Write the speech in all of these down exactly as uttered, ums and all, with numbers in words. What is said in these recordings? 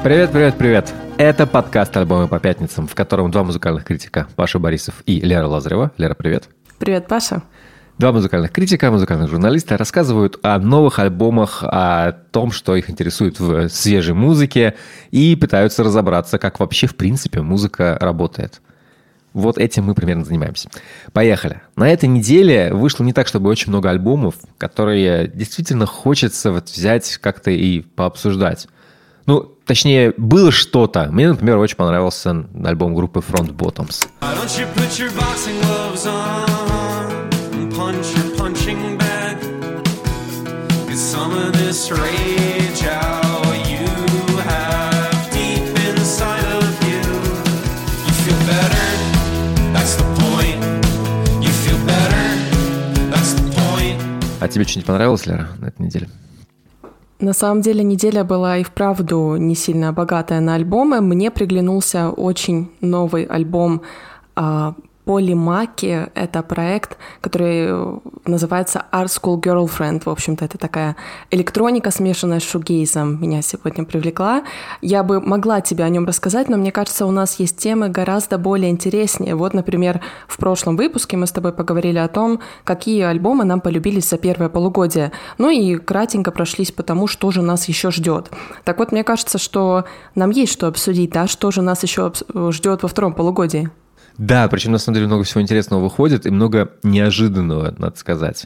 Привет, привет, привет. Это подкаст «Альбомы по пятницам», в котором два музыкальных критика, Паша Борисов и Лера Лазарева. Лера, привет. Привет, Паша. Два музыкальных критика, музыкальных журналиста рассказывают о новых альбомах, о том, что их интересует в свежей музыке, и пытаются разобраться, как вообще, в принципе, музыка работает. Вот этим мы примерно занимаемся. Поехали. На этой неделе вышло не так, чтобы очень много альбомов, которые действительно хочется вот взять как-то и пообсуждать. Ну, точнее, было что-то. Мне, например, очень понравился альбом группы Front Bottoms. А тебе что-нибудь понравилось, Лера, на этой неделе? На самом деле неделя была и вправду не сильно богатая на альбомы. Мне приглянулся очень новый альбом Полимаки. Это проект, который называется Art School Girlfriend. В общем-то, это такая электроника, смешанная с шугейзом. Меня сегодня привлекла. Я бы могла тебе о нем рассказать, но мне кажется, у нас есть темы гораздо более интереснее. Вот, например, в прошлом выпуске мы с тобой поговорили о том, какие альбомы нам полюбились за первое полугодие. Ну и кратенько прошлись по тому, что же нас еще ждет. Так вот, мне кажется, что нам есть что обсудить, да, что же нас еще ждет во втором полугодии. Да, причем на самом деле много всего интересного выходит и много неожиданного, надо сказать.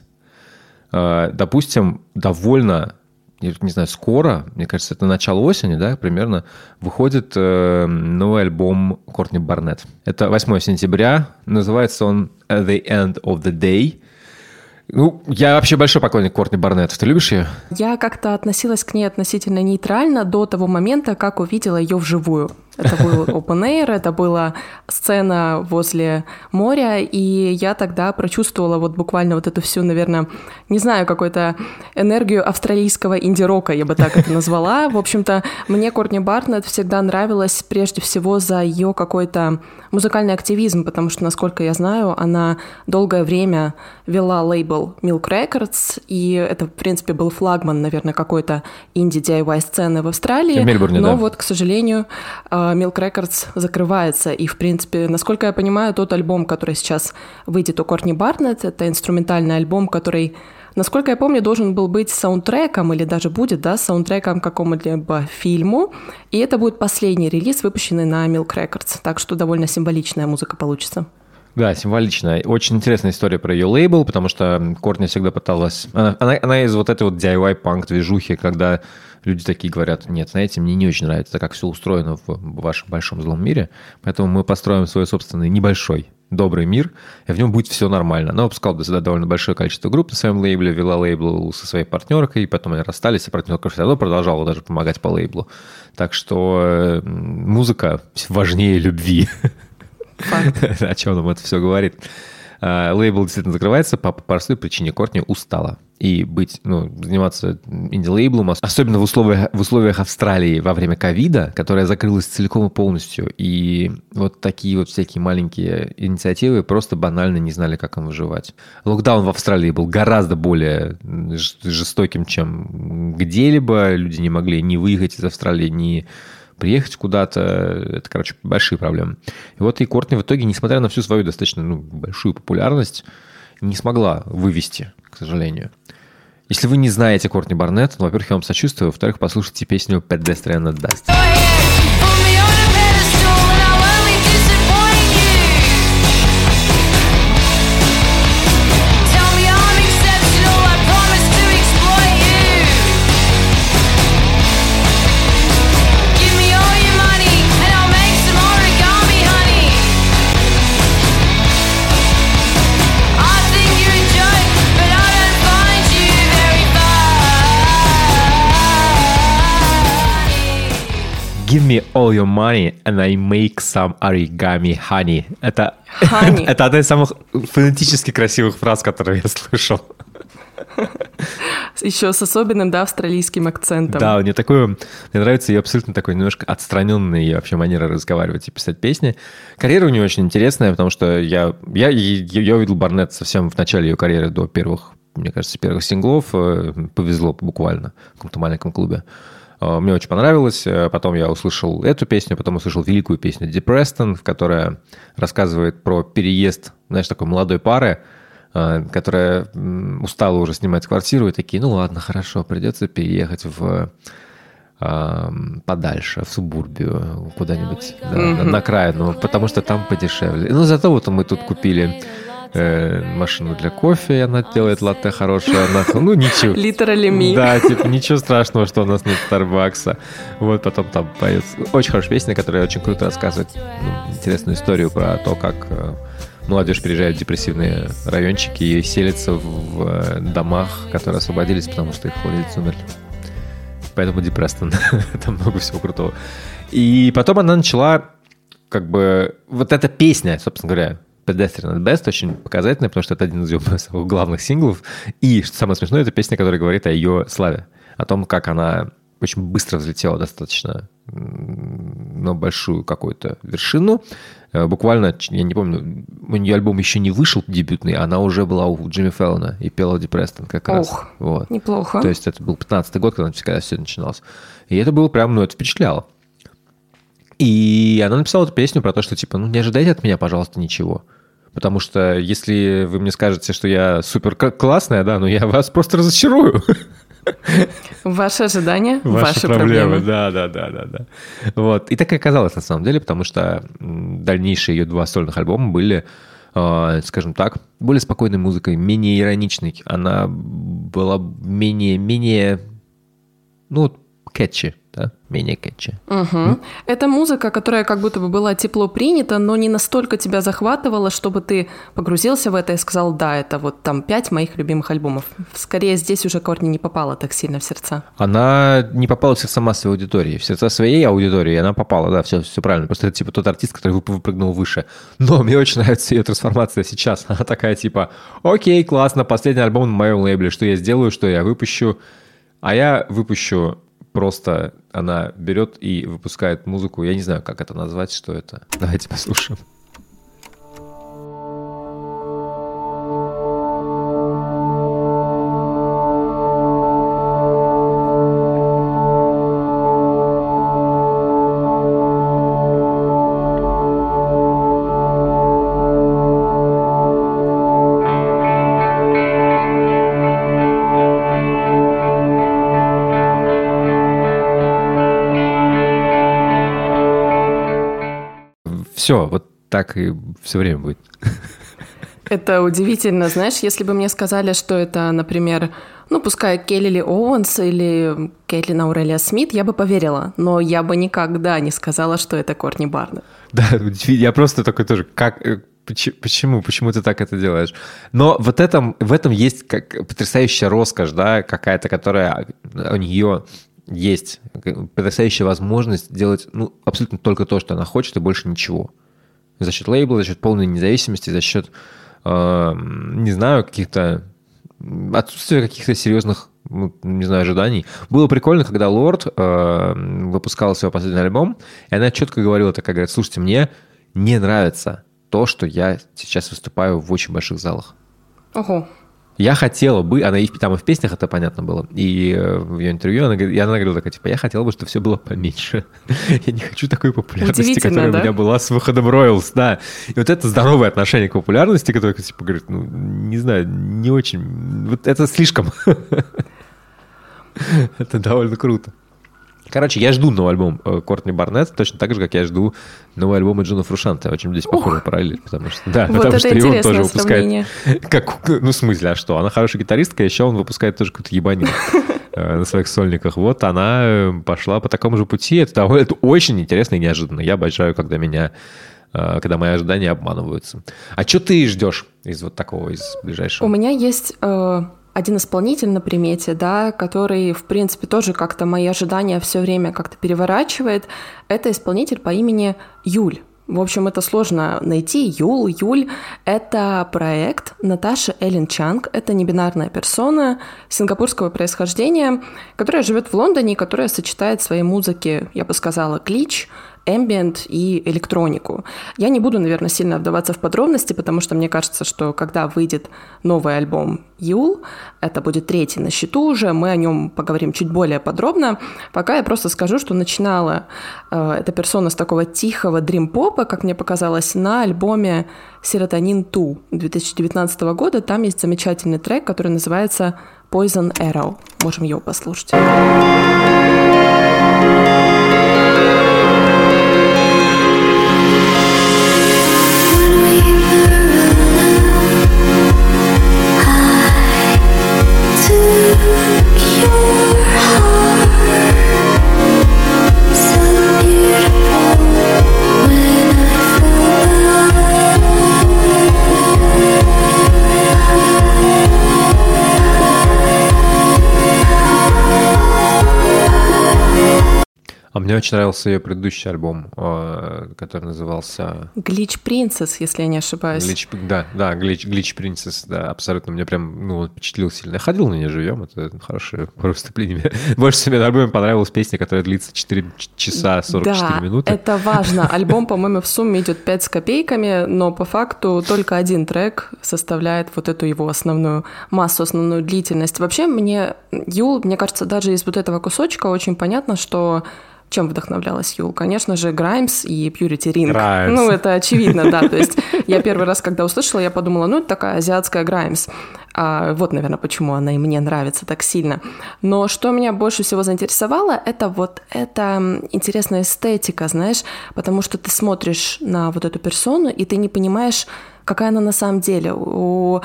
Допустим, довольно, не знаю, скоро, мне кажется, это начало осени, да, примерно, выходит новый альбом Кортни Барнетт. Это восьмого сентября, называется он The End of the Day. Ну, я вообще большой поклонник Кортни Барнетт. Ты любишь ее? Я как-то относилась к ней относительно нейтрально до того момента, как увидела ее вживую. Это был open air, это была сцена возле моря, и я тогда прочувствовала вот буквально вот эту всю, наверное, не знаю, какую-то энергию австралийского инди-рока, я бы так это назвала. В общем-то, мне Кортни Барнетт всегда нравилась прежде всего за ее какой-то музыкальный активизм, потому что, насколько я знаю, она долгое время вела лейбл Milk Records, и это, в принципе, был флагман, наверное, какой-то инди-ди ай вай-сцены в Австралии. В Мельбурне, но да. вот, к сожалению, Milk Records закрывается, и, в принципе, насколько я понимаю, тот альбом, который сейчас выйдет у Кортни Барнетт, это инструментальный альбом, который, насколько я помню, должен был быть саундтреком, или даже будет, да, саундтреком к какому-либо фильму, и это будет последний релиз, выпущенный на Milk Records, так что довольно символичная музыка получится. Да, символично. Очень интересная история про ее лейбл, потому что Кортни всегда пыталась... Она, она, она из вот этой вот ди ай вай-панк-движухи, когда люди такие говорят: нет, знаете, мне не очень нравится, как все устроено в вашем большом злом мире, поэтому мы построим свой собственный небольшой добрый мир, и в нем будет все нормально. Она выпускала сюда довольно большое количество групп на своем лейбле, вела лейбл со своей партнеркой, потом они расстались, и партнерка все равно продолжала даже помогать по лейблу. Так что музыка важнее любви. Факт. О чем нам это все говорит. Лейбл действительно закрывается по простой причине: Кортни устала. И быть, ну, заниматься инди-лейблом, особенно в условиях, в условиях Австралии во время ковида, которая закрылась целиком и полностью, и вот такие вот всякие маленькие инициативы просто банально не знали, как им выживать. Локдаун в Австралии был гораздо более жестоким, чем где-либо. Люди не могли ни выехать из Австралии, ни приехать куда-то. Это, короче, большие проблемы. И вот и Кортни в итоге, несмотря на всю свою достаточно, ну, большую популярность, не смогла вывести, к сожалению. Если вы не знаете Кортни Барнетт, ну, во-первых, я вам сочувствую, во-вторых, послушайте песню «Pedestrian at Dusk». Give me all your money and I make some origami honey. Это, honey. это одна из самых фонетически красивых фраз, которые я слышал. Еще с особенным, да, австралийским акцентом. Да, у нее такое... Мне нравится ее абсолютно такой немножко отстраненная ее вообще манера разговаривать и писать песни. Карьера у нее очень интересная, потому что я, я, я, я увидел Барнетт совсем в начале ее карьеры, до первых, мне кажется, первых синглов. Повезло буквально в каком-то маленьком клубе. Мне очень понравилось. Потом я услышал эту песню, потом услышал великую песню Depreston, которая рассказывает про переезд, знаешь, такой молодой пары, которая устала уже снимать квартиру, и такие, ну ладно, хорошо, придется переехать в подальше, в субурбию, куда-нибудь да, mm-hmm. на, на окраину, потому что там подешевле. Ну, зато вот мы тут купили э, машину для кофе, и она делает латте хорошее. Она, ну, ничего. Literally me. Да, типа, ничего страшного, что у нас нет Старбакса. Вот, потом там поется очень хорошая песня, которая очень круто рассказывает ну, интересную историю про то, как э, молодежь переезжает в депрессивные райончики и селится в, в домах, которые освободились, потому что их владельцы умерли. Поэтому Depreston. Там много всего крутого. И потом она начала, как бы, вот эта песня, собственно говоря, Pedestrian at Best, очень показательная, потому что это один из ее самых главных синглов. И, что самое смешное, это песня, которая говорит о ее славе. О том, как она очень быстро взлетела достаточно на большую какую-то вершину. Буквально, я не помню, у нее альбом еще не вышел дебютный, она уже была у Джимми Фэллона и пела Depreston как раз. Ох, вот. Неплохо. То есть это был пятнадцатый год, когда, когда все начиналось. И это было прям, ну, это впечатляло. И она написала эту песню про то, что типа, ну, не ожидайте от меня, пожалуйста, ничего. Потому что если вы мне скажете, что я супер классная, да, ну, я вас просто разочарую. Ваши ожидания, ваши, ваши проблемы. проблемы. Да, да, да, да, да. Вот. И так и оказалось на самом деле, потому что дальнейшие ее два сольных альбома были, э, скажем так, более спокойной музыкой, менее ироничной. Она была менее, менее, ну, кэтчи, да, менее кэтчи. Угу. Это музыка, которая как будто бы была тепло принята, но не настолько тебя захватывала, чтобы ты погрузился в это и сказал, да, это вот там пять моих любимых альбомов. Скорее, здесь уже Кортни не попала так сильно в сердца. Она не попала в сердца массовой аудитории. В сердца своей аудитории она попала, да, все, все правильно. Просто это типа тот артист, который выпрыгнул выше. Но мне очень нравится ее трансформация сейчас. Она такая типа, окей, классно, последний альбом на моем лейбле, что я сделаю, что я выпущу. А я выпущу просто, она берет и выпускает музыку. Я не знаю, как это назвать, что это. Давайте послушаем. Все, вот так и все время будет. Это удивительно. Знаешь, если бы мне сказали, что это, например, ну, пускай Келли Ли Оуэнс или Кейтлин Аурелия Смит, я бы поверила. Но я бы никогда не сказала, что это Кортни Барнетт. Да, я просто такой тоже, как... Почему? Почему ты так это делаешь? Но вот этом, в этом есть как потрясающая роскошь, да, какая-то, которая у нее... есть потрясающая возможность делать ну, абсолютно только то, что она хочет, и больше ничего. За счет лейбла, за счет полной независимости, за счет, э, не знаю, каких-то... отсутствия каких-то серьезных, ну, не знаю, ожиданий. Было прикольно, когда Лорд э, выпускала свой последний альбом, и она четко говорила, такая, говорит, слушайте, мне не нравится то, что я сейчас выступаю в очень больших залах. Ого. Я хотела бы, она и там и в песнях это понятно было, и в ее интервью она, и она говорила такая, типа, я хотела бы, чтобы все было поменьше. Я не хочу такой популярности, которая да? у меня была с выходом Royals, да. И вот это здоровое отношение к популярности, которое, типа, говорит, ну, не знаю, не очень, вот это слишком. Это довольно круто. Короче, я жду новый альбом Кортни Барнетт, точно так же, как я жду новый альбом Джона Фрушанте. Очень здесь похоже параллель, потому что, да, вот потому что и он тоже сравнение. выпускает... Как, ну, в смысле, а что? Она хорошая гитаристка, еще он выпускает тоже какую-то ебанину на своих сольниках. Вот она пошла по такому же пути. Это, это очень интересно и неожиданно. Я обожаю, когда меня... когда мои ожидания обманываются. А что ты ждешь из вот такого, из ближайшего? У меня есть... Э... один исполнитель на примете, да, который, в принципе, тоже как-то мои ожидания все время как-то переворачивает. Это исполнитель по имени Юль. В общем, это сложно найти. Юл, Юль — это проект Наташи Эллен Чанг. Это небинарная персона сингапурского происхождения, которая живет в Лондоне и которая сочетает в своей музыке, я бы сказала, глич, эмбиент и электронику. Я не буду, наверное, сильно вдаваться в подробности, потому что мне кажется, что когда выйдет новый альбом Юл, это будет третий на счету уже, мы о нем поговорим чуть более подробно. Пока я просто скажу, что начинала э, эта персона с такого тихого дрим-попа, как мне показалось, на альбоме «Serotonin два» две тысячи девятнадцатого года. Там есть замечательный трек, который называется «Poison Arrow». Можем его послушать. А мне очень нравился ее предыдущий альбом, который назывался... Glitch Princess, если я не ошибаюсь. Glitch, да, да, Glitch, Glitch Princess, да, абсолютно. Мне прям, ну, впечатлил сильно. Я ходил на ней живем, это хорошее выступление. Больше всего на альбоме понравилась песня, которая длится четыре часа сорок четыре да, минуты. Это важно. Альбом, по-моему, в сумме идет пять с копейками, но по факту только один трек составляет вот эту его основную массу, основную длительность. Вообще, мне Юл, мне кажется, даже из вот этого кусочка очень понятно, что чем вдохновлялась Юл? Конечно же, Grimes и Purity Ring. Grimes. Ну, это очевидно, да. То есть я первый раз, когда услышала, я подумала, ну, это такая азиатская Grimes. А вот, наверное, почему она и мне нравится так сильно. Но что меня больше всего заинтересовало, это вот эта интересная эстетика, знаешь, потому что ты смотришь на вот эту персону, и ты не понимаешь, какая она на самом деле. У, у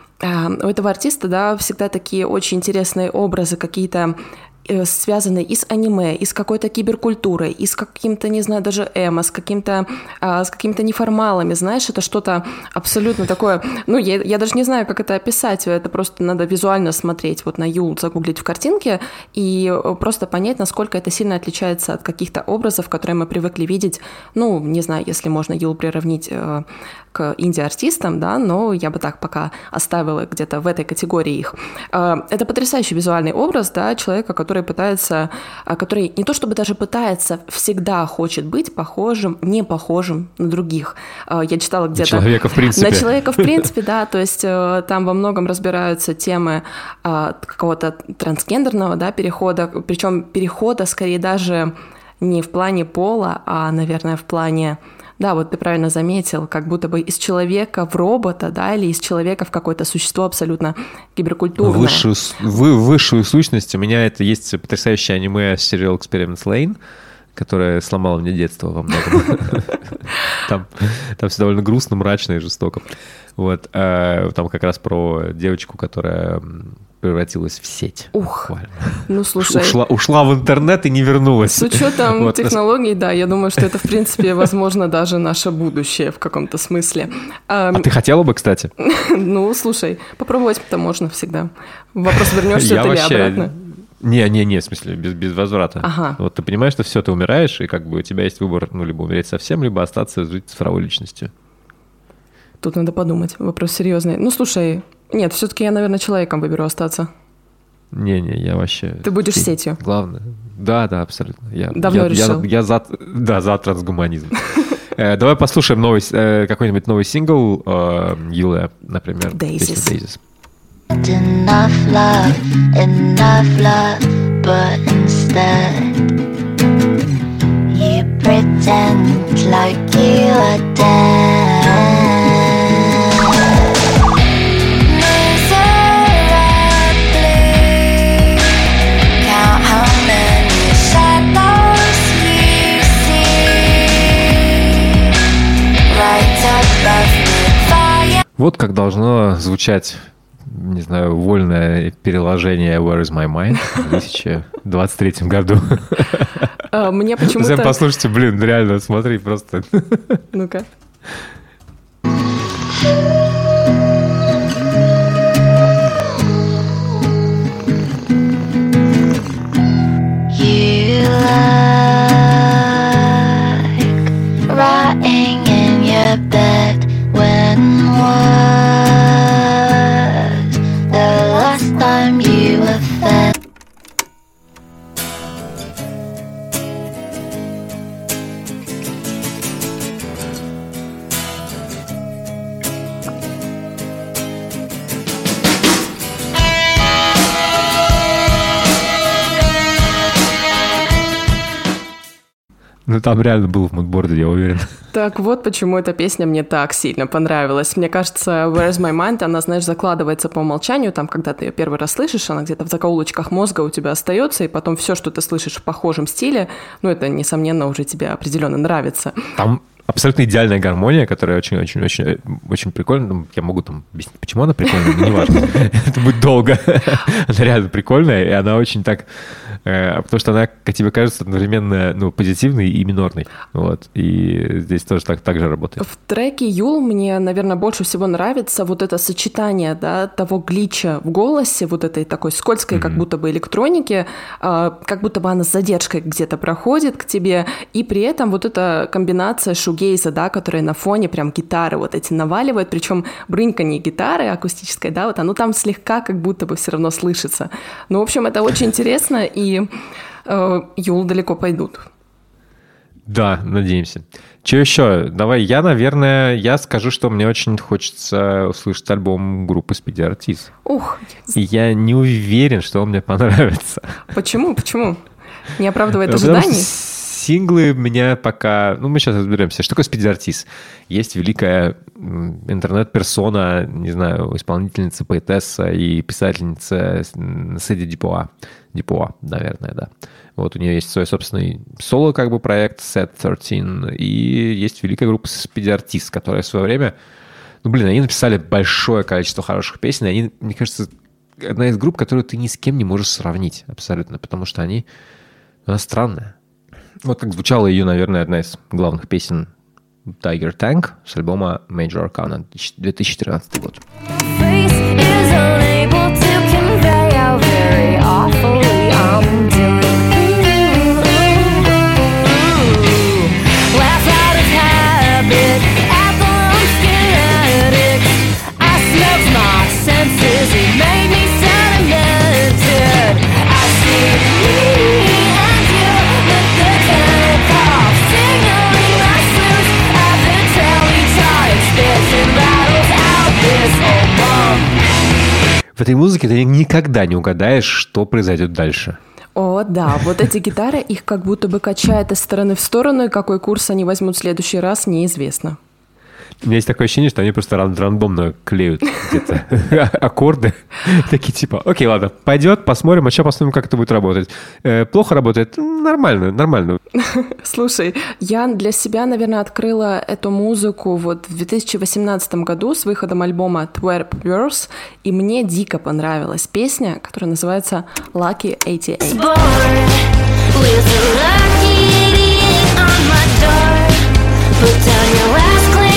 этого артиста, да, всегда такие очень интересные образы, какие-то связанные и с аниме, и с какой-то киберкультурой, и с каким-то, не знаю, даже эмо, с каким-то, а, с какими-то неформалами, знаешь, это что-то абсолютно такое, ну, я, я даже не знаю, как это описать, это просто надо визуально смотреть, вот на Юл, загуглить в картинке и просто понять, насколько это сильно отличается от каких-то образов, которые мы привыкли видеть, ну, не знаю, если можно Юл приравнить э, к инди-артистам, да, но я бы так пока оставила где-то в этой категории их. Э, это потрясающий визуальный образ, да, человека, который пытается, который не то чтобы даже пытается, всегда хочет быть похожим, не похожим на других. Я читала где-то... На человека в принципе. На человека в принципе, да, то есть там во многом разбираются темы какого-то трансгендерного, да, перехода, причем перехода скорее даже не в плане пола, а, наверное, в плане... Да, вот ты правильно заметил, как будто бы из человека в робота, да, или из человека в какое-то существо абсолютно киберкультурное. Высшую, вы, высшую сущность. У меня это есть потрясающее аниме Serial Experiments Lain, которое сломало мне детство во многом. Там, там все довольно грустно, мрачно и жестоко. Вот. А, там как раз про девочку, которая превратилась в сеть. Ух, буквально. Ну слушай. Ушла, ушла в интернет и не вернулась. С учетом вот. технологий, да, я думаю, что это, в принципе, возможно, даже наше будущее в каком-то смысле. А, а ты хотела бы, кстати? Ну, слушай, попробовать-то можно всегда. Вопрос, вернешься ты ли обратно? Не-не-не, в смысле, без, без возврата. Ага. Вот ты понимаешь, что все, ты умираешь, и как бы у тебя есть выбор, ну, либо умереть совсем, либо остаться жить цифровой личностью. Тут надо подумать, вопрос серьезный. Ну, слушай, нет, все-таки я, наверное, человеком выберу остаться. Не-не, я вообще... Ты будешь сетью. Главное. Да, да, абсолютно. Я, Давно я, решил. Я, я за, да, за трансгуманизм. Давай послушаем новый, какой-нибудь новый сингл Юлы, например. Daisies. Enough love, enough love, but instead you pretend like you are dead. Miserably count how many shadows you see right above me. Fire. Вот как должно звучать, не знаю, вольное переложение «Where is my mind» в две тысячи двадцать третьем году. Мне почему-то... Зачем послушайте, блин, реально, смотри, просто... Ну-ка. You like rotting in your bed when was the last time you were fed? Ну, там реально был в мудборде, я уверен. Так вот, почему эта песня мне так сильно понравилась. Мне кажется, Where's My Mind, она, знаешь, закладывается по умолчанию, там, когда ты ее первый раз слышишь, она где-то в закоулочках мозга у тебя остается, и потом все, что ты слышишь в похожем стиле, ну, это, несомненно, уже тебе определенно нравится. Там абсолютно идеальная гармония, которая очень-очень-очень очень прикольная. Я могу там объяснить, почему она прикольная, но неважно. Это будет долго. Она реально прикольная, и она очень так... Потому что она, как тебе кажется, одновременно ну, позитивной и минорной. Вот. И здесь тоже так, так же работает. В треке «Юл» мне, наверное, больше всего нравится вот это сочетание, да, того глича в голосе, вот этой такой скользкой, mm-hmm. как будто бы электроники, как будто бы она с задержкой где-то проходит к тебе, и при этом вот эта комбинация шугейза, да, которая на фоне прям гитары вот эти наваливает, причем брыньканье гитары акустической, да, вот оно там слегка как будто бы все равно слышится. Ну, в общем, это очень интересно, и э, Юл далеко пойдут. Да, надеемся. Что еще? Давай я, наверное, я скажу, что мне очень хочется услышать альбом группы Speedy Artist. Ух! И я не уверен, что он мне понравится. Почему? Почему? Не оправдывает Потому ожиданий? Синглы меня пока... Ну, мы сейчас разберемся. Что такое Speedy Artist? Есть великая интернет-персона, не знаю, исполнительница, поэтесса и писательница Сэдди Дипуа. Дипуа, наверное, да. Вот у нее есть свой собственный соло как бы проект Set тринадцать, и есть великая группа Speedy Artist, которая в свое время... Ну, блин, они написали большое количество хороших песен, и они, мне кажется, одна из групп, которую ты ни с кем не можешь сравнить абсолютно, потому что они... Она странная. Вот как звучала ее, наверное, одна из главных песен Tiger Tank с альбома Major Arcana, две тысячи тринадцатый год. В этой музыке ты никогда не угадаешь, что произойдет дальше. О, да, вот эти гитары, их как будто бы качает из стороны в сторону, и какой курс они возьмут в следующий раз, неизвестно. У меня есть такое ощущение, что они просто рандомно клеют где-то аккорды. Такие типа, окей, ладно, пойдет, посмотрим, а сейчас посмотрим, как это будет работать. Э, плохо работает? Нормально, нормально. Слушай, я для себя, наверное, открыла эту музыку вот в две тысячи восемнадцатом году с выходом альбома Twerp Verse, и мне дико понравилась песня, которая называется Lucky восемьдесят восемь.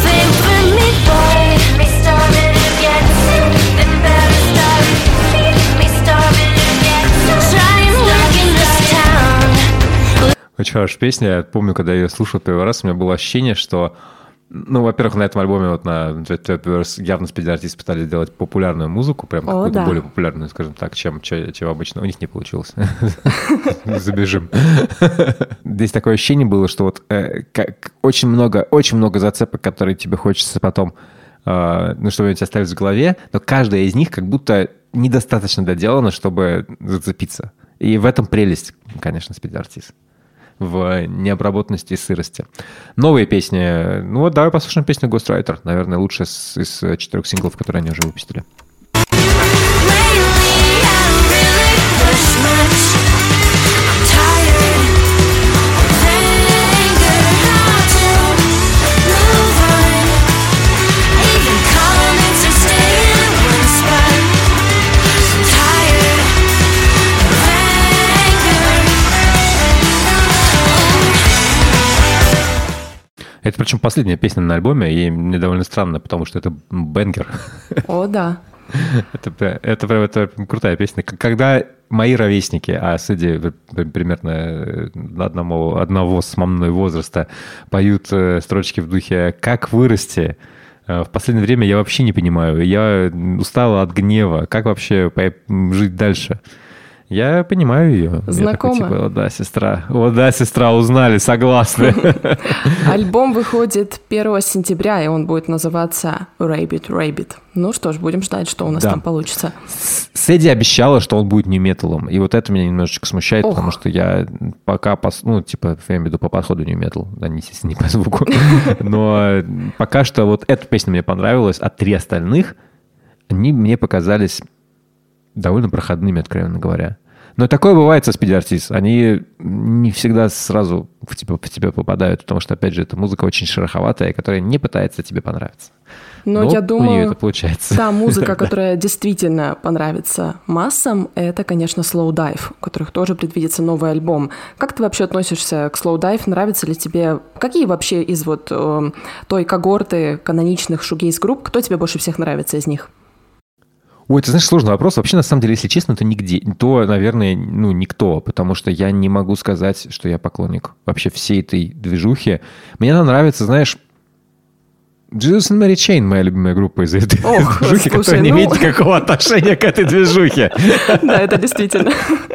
Очень хорошая песня. Я помню, когда я ее слушал первый раз, у меня было ощущение, что, ну, во-первых, на этом альбоме вот на явно Speedy Artist пытались сделать популярную музыку, прям какую-то да. более популярную, скажем так, чем, чем обычно. У них не получилось. Забежим. Здесь такое ощущение было, что вот очень много, очень много зацепок, которые тебе хочется потом, ну, чтобы они тебя оставить в голове, но каждая из них как будто недостаточно доделана, чтобы зацепиться. И в этом прелесть, конечно, Speedy Artist. В необработанности и сырости. Новые песни. Ну вот, давай послушаем песню Ghostwriter. Наверное, лучшая из, из четырех синглов, которые они уже выпустили. Это причем последняя песня на альбоме, и мне довольно странно, потому что это бенгер. О, да. это, это, это крутая песня. Когда мои ровесники, а Сэдди примерно одного, одного с мамой возраста, поют строчки в духе «Как вырасти?», в последнее время я вообще не понимаю. Я устала от гнева. Как вообще жить дальше? Я понимаю ее. Знакомо? Я такой, типа, о да, сестра, о да, сестра, узнали, согласны. Альбом выходит первого сентября, и он будет называться Rabbit Rabbit. Ну что ж, будем ждать, что у нас Да. там получится. Сэдди обещала, что он будет нью-металом, и вот это меня немножечко смущает, Ох. потому что я пока, пос... ну, типа, я имею в виду по подходу нью-метал, да, не, естественно, не по звуку, но пока что вот эта песня мне понравилась, а три остальных, они мне показались довольно проходными, откровенно говоря. Но такое бывает со спид-артист. Они не всегда сразу в тебя, в тебя попадают, потому что, опять же, это музыка очень шероховатая, которая не пытается тебе понравиться. Но, Но я у нее думаю, это получается. та музыка, которая действительно понравится массам, это, конечно, Slow Dive, у которых тоже предвидится новый альбом. Как ты вообще относишься к Slow Dive? Нравится ли тебе? Какие вообще из вот э, той когорты каноничных шугейз-групп, кто тебе больше всех нравится из них? Ой, ты знаешь, сложный вопрос. Вообще, на самом деле, если честно, то нигде. То, наверное, ну, никто, потому что я не могу сказать, что я поклонник вообще всей этой движухи. Мне она нравится, знаешь, Jesus and Mary Chain, моя любимая группа из этой Ох, движухи, слушай, которая не ну... имеет никакого отношения к этой движухе. Да, это действительно.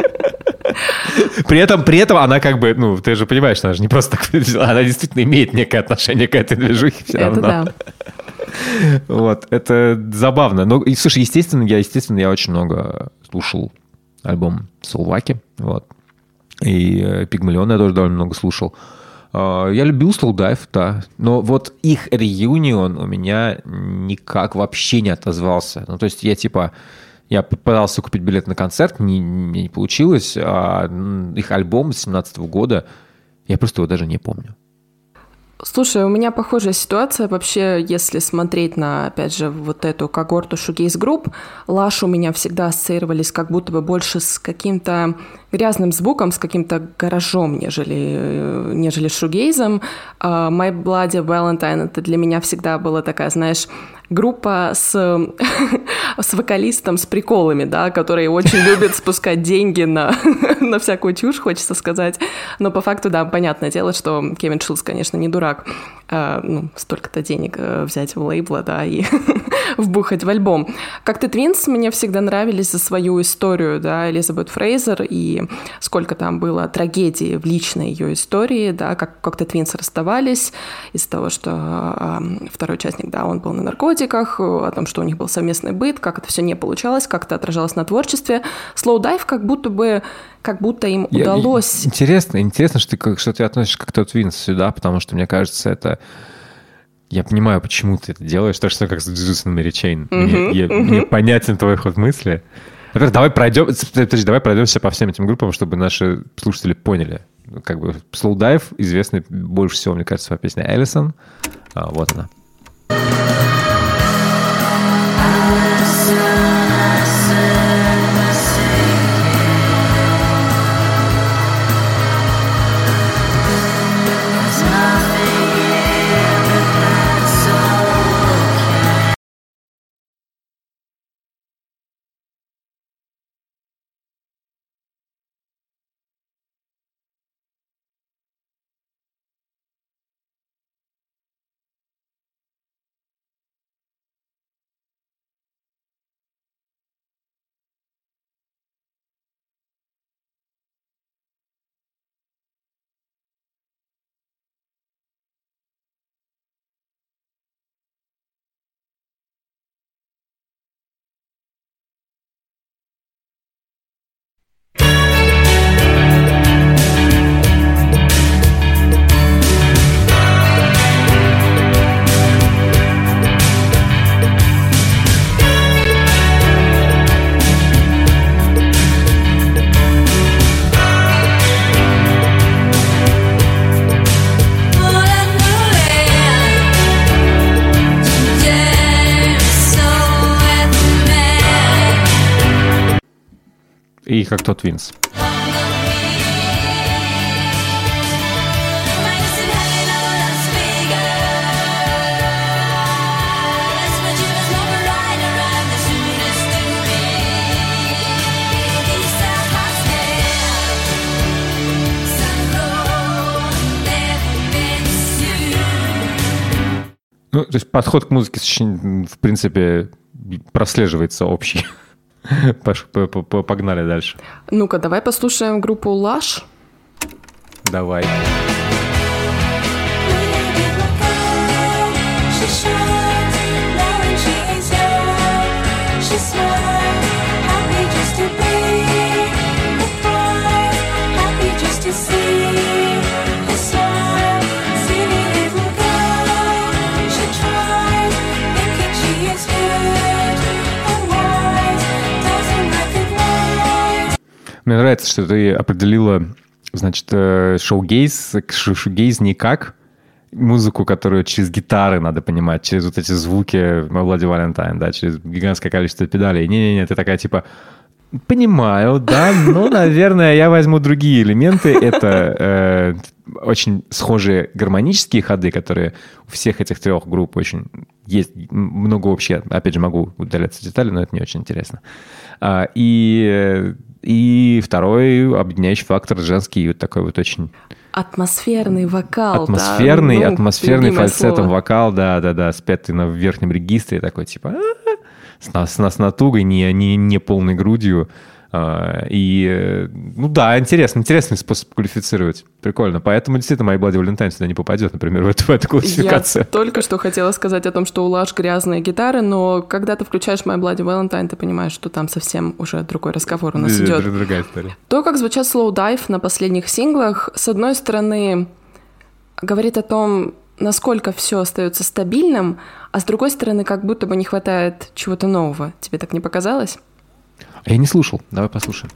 При этом, при этом она как бы, ну, ты же понимаешь, она же не просто так взяла, она действительно имеет некое отношение к этой движухе все равно. Это да. Вот, это забавно. Но, и, слушай, естественно, я, естественно, я очень много слушал альбом Солваки, вот. И Пигмалион я тоже довольно много слушал. Я любил Slow Dive, да. Но вот их реюнион у меня никак вообще не отозвался. Ну, то есть я типа... Я пытался купить билет на концерт, не, не получилось. А их альбом с две тысячи семнадцатого года, я просто его даже не помню. Слушай, у меня похожая ситуация. Вообще, если смотреть на, опять же, вот эту когорту шугейз-групп, Лаш у меня всегда ассоциировались как будто бы больше с каким-то грязным звуком, с каким-то гаражом, нежели, нежели шугейзом. Uh, My Bloody Valentine — это для меня всегда была такая, знаешь, группа с, с вокалистом с приколами, да, который очень любит спускать деньги на, на всякую чушь, хочется сказать. Но по факту, да, понятное дело, что Кевин Шилдс, конечно, не дурак. А, ну, столько-то денег взять в лейбла, да, и вбухать в альбом. Как-то Твинс мне всегда нравились за свою историю, да, Элизабет Фрейзер, и сколько там было трагедии в личной ее истории, да, как как-то Твинс расставались из-за того, что а, второй участник, да, он был на наркотиках, о том, что у них был совместный быт, как это все не получалось, как это отражалось на творчестве. Slow Dive как будто бы, как будто им Я, удалось... Интересно, интересно, что ты, что ты относишься как-то Твинс сюда, потому что, мне кажется, это... Я понимаю, почему ты это делаешь, то, что как с Jesus and Mary Chain. Mm-hmm, Мне, я, mm-hmm. мне понятен твой ход мысли. Во-первых, давай пройдем, подожди, давай пройдемся по всем этим группам, чтобы наши слушатели поняли. Как бы Slow Dive известный больше всего, мне кажется, по песне Allison. А, вот она. И как тот Твинс. Ну, то есть подход к музыке, в принципе, прослеживается общий. Погнали дальше. Ну-ка, давай послушаем группу Lush. Давай. Мне нравится, что ты определила, значит, шоугейз, шоугейз не как музыку, которую через гитары надо понимать, через вот эти звуки My Bloody Valentine, да, через гигантское количество педалей. Не-не-не, ты такая типа, понимаю, да, но, наверное, я возьму другие элементы. Это э, очень схожие гармонические ходы, которые у всех этих трех групп очень есть, много общего. Опять же, могу удаляться в детали, но это не очень интересно. А, и... И второй объединяющий фактор женский, вот такой вот очень... Атмосферный вокал, атмосферный, да. Атмосферный фальцетом вокал, да-да-да, спетый на верхнем регистре, такой типа с, с, с натугой, не, не, не полной грудью. И, ну да, интересно, интересный способ квалифицировать. Прикольно. Поэтому действительно My Bloody Valentine сюда не попадет, например, в эту, в эту классификацию. Я только что хотела сказать о том, что у Lush грязные гитары, но когда ты включаешь My Bloody Valentine, ты понимаешь, что там совсем уже другой разговор у нас да, идет. Другая история. То, как звучат Slow Dive на последних синглах, с одной стороны, говорит о том, насколько все остается стабильным, а с другой стороны, как будто бы не хватает чего-то нового. Тебе так не показалось? Я не слушал. Давай послушаем.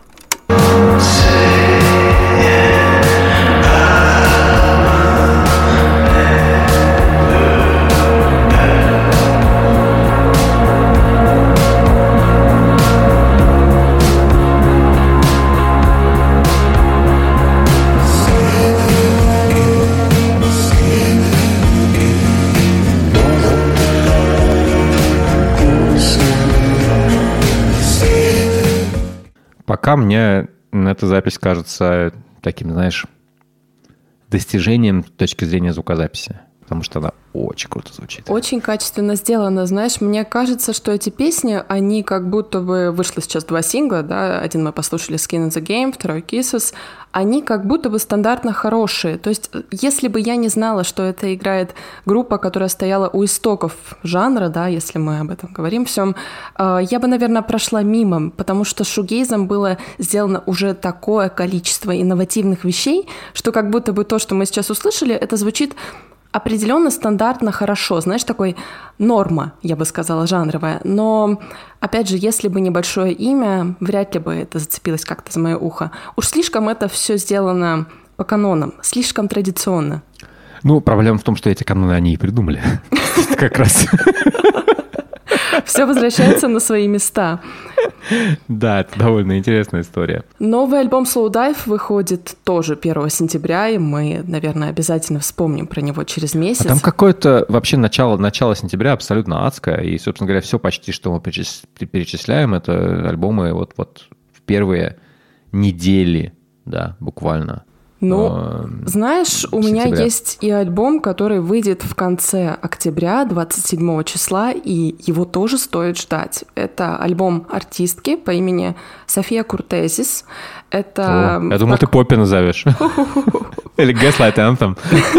Пока мне эта запись кажется таким, знаешь, достижением с точки зрения звукозаписи, потому что она очень круто звучит. Очень качественно сделано. Знаешь, мне кажется, что эти песни, они как будто бы... Вышло сейчас два сингла, да, один мы послушали Skin in the Game, второй Kisses. Они как будто бы стандартно хорошие. То есть, если бы я не знала, что это играет группа, которая стояла у истоков жанра, да, если мы об этом говорим всем, я бы, наверное, прошла мимо, потому что шугейзом было сделано уже такое количество инновативных вещей, что как будто бы то, что мы сейчас услышали, это звучит определенно стандартно хорошо, знаешь, такой норма, я бы сказала, жанровая. Но, опять же, если бы небольшое имя, вряд ли бы это зацепилось как-то за мое ухо. Уж слишком это все сделано по канонам, слишком традиционно. Ну, проблема в том, что эти каноны они и придумали. Как раз. Все возвращается на свои места. Да, это довольно интересная история. Новый альбом Slow Dive выходит тоже первого сентября, и мы, наверное, обязательно вспомним про него через месяц. А там какое-то вообще начало, начало сентября абсолютно адское, и, собственно говоря, все почти, что мы перечисляем, это альбомы вот, вот в первые недели, да, буквально. Ну, знаешь, у меня есть и альбом, который выйдет в конце октября, двадцать седьмого числа, и его тоже стоит ждать. Это альбом артистки по имени София Куртезис. Это... О, я думал, так... ты Поппи назовешь. Или Gaslight Anthem.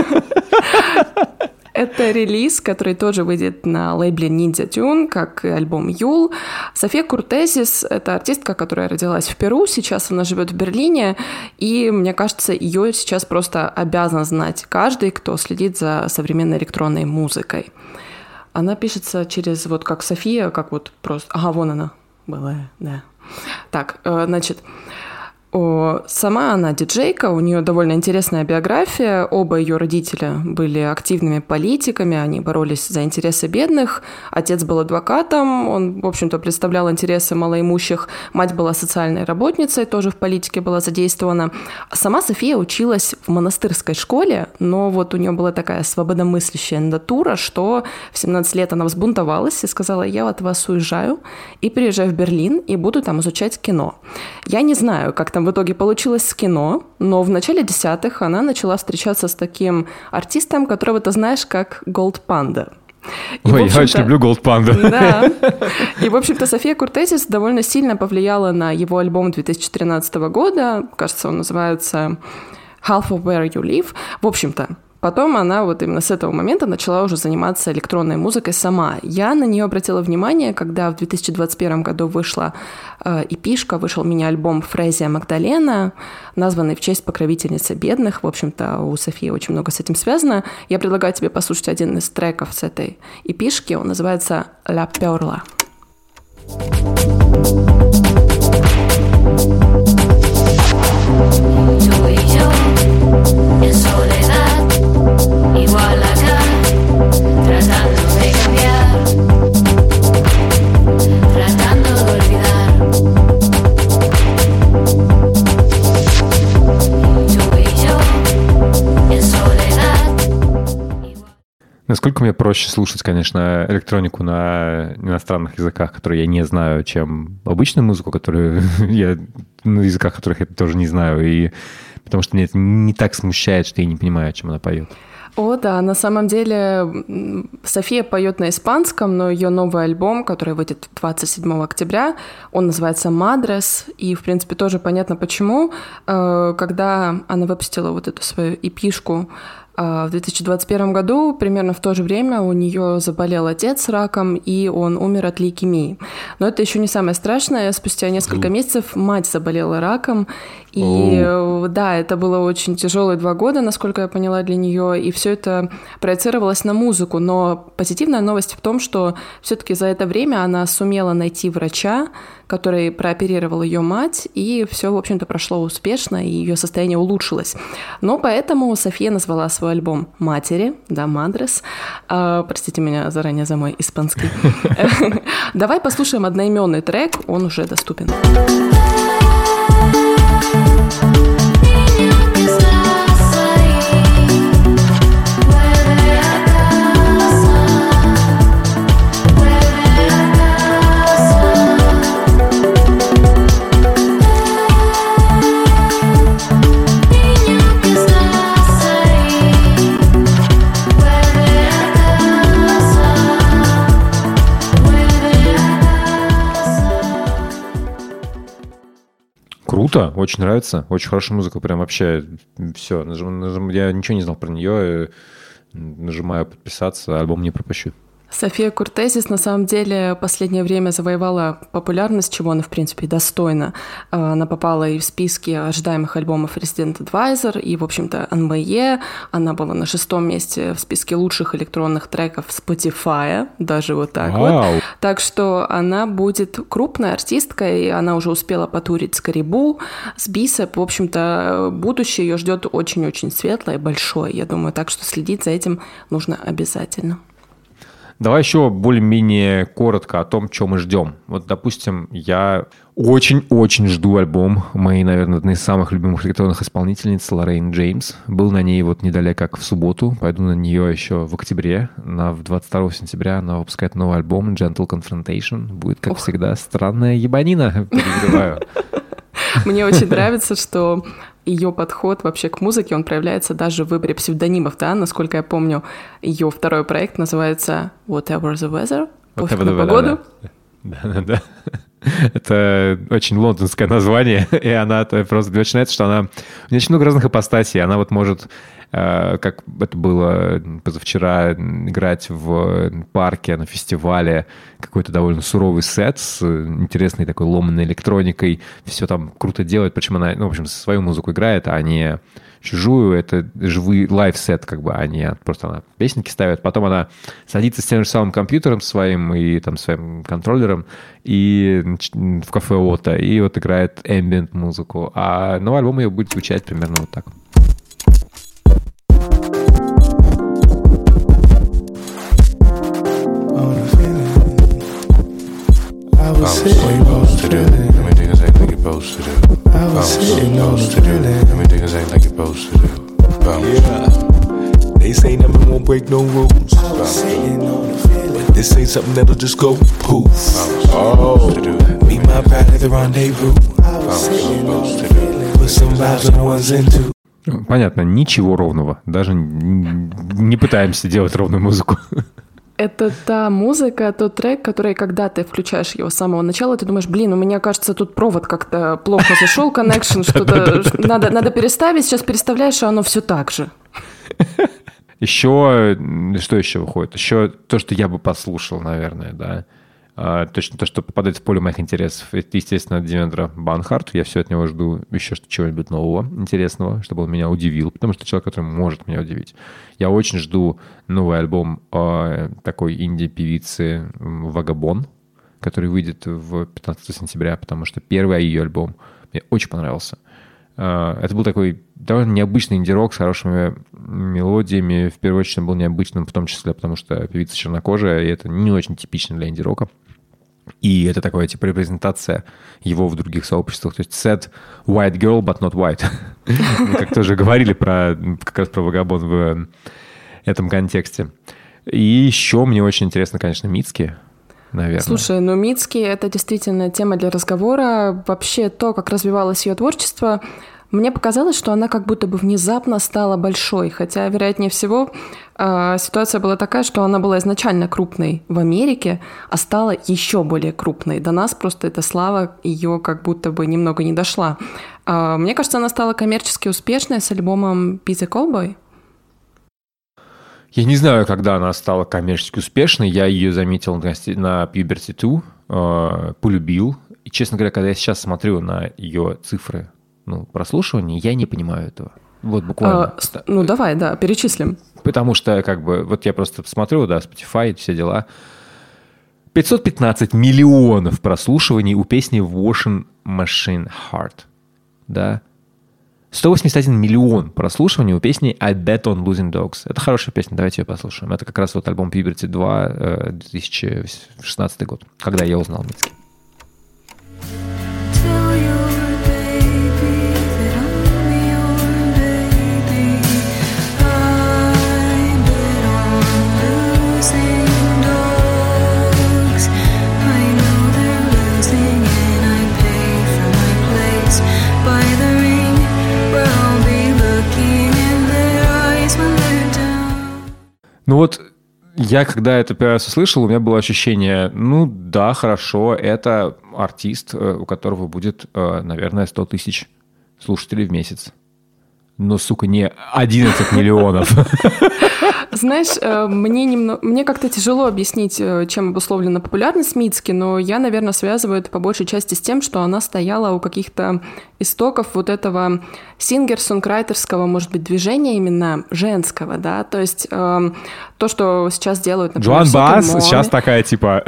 Это релиз, который тоже выйдет на лейбле Ninja Tune, как и альбом Юл. София Куртезис — это артистка, которая родилась в Перу, сейчас она живет в Берлине, и, мне кажется, ее сейчас просто обязан знать каждый, кто следит за современной электронной музыкой. Она пишется через, вот как София, как вот просто... Ага, вон она была, да. Так, значит... Сама она диджейка, у нее довольно интересная биография. Оба ее родителя были активными политиками, они боролись за интересы бедных. Отец был адвокатом, он, в общем-то, представлял интересы малоимущих. Мать была социальной работницей, тоже в политике была задействована. Сама София училась в монастырской школе, но вот у нее была такая свободомыслящая натура, что в семнадцать лет она взбунтовалась и сказала: я от вас уезжаю и приезжаю в Берлин и буду там изучать кино. Я не знаю, как там в итоге получилось с кино, но в начале десятых она начала встречаться с таким артистом, которого ты знаешь как Gold Panda. И, Ой, я очень люблю Gold Panda. Да. И, в общем-то, София Куртезис довольно сильно повлияла на его альбом две тысячи тринадцатого года. Кажется, он называется Half of Where You Live. В общем-то, потом она вот именно с этого момента начала уже заниматься электронной музыкой сама. Я на нее обратила внимание, когда в две тысячи двадцать первом году вышла э, эпишка, вышел мини-альбом «Фрезия Магдалена», названный в честь покровительницы бедных. В общем-то, у Софии очень много с этим связано. Я предлагаю тебе послушать один из треков с этой эпишки. Он называется «La Perla». En soledad, igual acá, tratando de cambiar, tratando de olvidar. Tú y yo, en soledad. Насколько мне проще слушать, конечно, электронику на иностранных языках, которые я не знаю, чем обычную музыку, которую я на языках, которых я тоже не знаю, и потому что меня это не так смущает, что я не понимаю, о чем она поет. О, да, на самом деле София поет на испанском, но ее новый альбом, который выйдет двадцать седьмого октября, он называется «Мадрес», и, в принципе, тоже понятно почему. Когда она выпустила вот эту свою эпишку в две тысячи двадцать первом году, примерно в то же время у нее заболел отец раком, и он умер от лейкемии. Но это еще не самое страшное. Спустя несколько месяцев мать заболела раком, и oh. да, это было очень тяжелые два года, насколько я поняла, для нее, и все это проецировалось на музыку. Но позитивная новость в том, что все-таки за это время она сумела найти врача, который прооперировал ее мать, и все, в общем-то, прошло успешно, и ее состояние улучшилось. Но поэтому София назвала свой альбом «Матери», да, «Мадрес». А, простите меня заранее за мой испанский. Давай послушаем одноименный трек, он уже доступен. Круто, очень нравится, очень хорошая музыка, прям вообще все. Нажим, нажим, я ничего не знал про нее, нажимаю подписаться, альбом не пропущу. София Куртезис на самом деле последнее время завоевала популярность, чего она, в принципе, достойна. Она попала и в списки ожидаемых альбомов Resident Advisor, и, в общем-то, эн би и. Она была на шестом месте в списке лучших электронных треков Spotify, даже вот так Вау. вот. Так что она будет крупной артисткой, и она уже успела потурить с Карибу, с Бисеп. В общем-то, будущее ее ждет очень-очень светлое и большое, я думаю, так что следить за этим нужно обязательно. Давай еще более-менее коротко о том, что мы ждем. Вот, допустим, я очень-очень жду альбом моей, наверное, одной из самых любимых электронных исполнительниц Лоррейн Джеймс. Был на ней вот недалеко как в субботу. Пойду на нее еще в октябре. На двадцать второго сентября она выпускает новый альбом Gentle Confrontation. Будет, как Ох. всегда, странная ебанина. Переживаю. Мне очень нравится, что ее подход вообще к музыке, он проявляется даже в выборе псевдонимов, да, насколько я помню, ее второй проект называется Whatever the Weather, пофиг на погоду. Да-да-да. Это очень лондонское название, и она просто начинается, что она... У нее очень много разных ипостасей, она вот может, как это было позавчера, играть в парке на фестивале, какой-то довольно суровый сет с интересной такой ломаной электроникой, все там круто делает, причем она, ну, в общем, свою музыку играет, а не чужую, это живой лайв-сет, как бы, а не просто она песенки ставит. Потом она садится с тем же самым компьютером своим и там своим контроллером и в кафе Ота, и вот играет ambient музыку. А новый альбом ее будет звучать примерно вот так. I was sitting on the feeling. Let me take a second like you're supposed to do. Yeah. They say never won't break no rules. I was sitting on the feeling. But this ain't something that'll just go poof. Oh, meet my bride at the rendezvous. I was sitting on the feeling. Put some vibes on the ones and two. Понятно, ничего ровного. Даже не пытаемся делать ровную музыку. Это та музыка, тот трек, который, когда ты включаешь его с самого начала, ты думаешь, блин, у меня, кажется, тут провод как-то плохо зашел, connection, что-то надо, надо переставить, сейчас переставляешь, а оно все так же. Еще, что еще выходит? Еще то, что я бы послушал, наверное, да. А, точно то, что попадает в поле моих интересов. Это, естественно, Димитра Банхарт. Я все от него жду еще чего-нибудь нового, интересного, чтобы он меня удивил, потому что человек, который может меня удивить. Я очень жду новый альбом э, такой инди-певицы Вагабон, который выйдет в пятнадцатого сентября, потому что первый ее альбом мне очень понравился. Э, это был такой довольно необычный инди-рок с хорошими мелодиями. В первую очередь он был необычным, в том числе потому, что певица чернокожая, и это не очень типично для инди-рока. И это такая типа репрезентация его в других сообществах. То есть sad white girl, but not white. Мы как-то уже говорили про, как раз про Вагабон в этом контексте. И еще мне очень интересно, конечно, Мицки, наверное. Слушай, ну Мицки — это действительно тема для разговора. Вообще то, как развивалось ее творчество, мне показалось, что она как будто бы внезапно стала большой, хотя, вероятнее всего, ситуация была такая, что она была изначально крупной в Америке, а стала еще более крупной. До нас просто эта слава ее как будто бы немного не дошла. Мне кажется, она стала коммерчески успешной с альбомом «Be the Cowboy». Я не знаю, когда она стала коммерчески успешной. Я ее заметил на Puberty два, полюбил. И, честно говоря, когда я сейчас смотрю на ее цифры, ну, прослушивание, я не понимаю этого. Вот буквально. А, ну, давай, да, перечислим. Потому что, как бы, вот я просто смотрю, да, Spotify, все дела. пятьсот пятнадцать миллионов прослушиваний у песни Washing Machine Heart. Да. сто восемьдесят один миллион прослушиваний у песни I Bet on Losing Dogs. Это хорошая песня, давайте ее послушаем. Это как раз вот альбом Puberty два, две тысячи шестнадцатый год, когда я узнал Мицки. Ну вот, я когда это первый раз услышал, у меня было ощущение, ну да, хорошо, это артист, у которого будет, наверное, сто тысяч слушателей в месяц. Но, сука, не одиннадцать миллионов. Знаешь, мне, немного, мне как-то тяжело объяснить, чем обусловлена популярность Мицки, но я, наверное, связываю это по большей части с тем, что она стояла у каких-то истоков вот этого сингер-сонграйтерского, может быть, движения именно женского, да, то есть э, то, что сейчас делают, например, Джоан Басс сейчас такая, типа...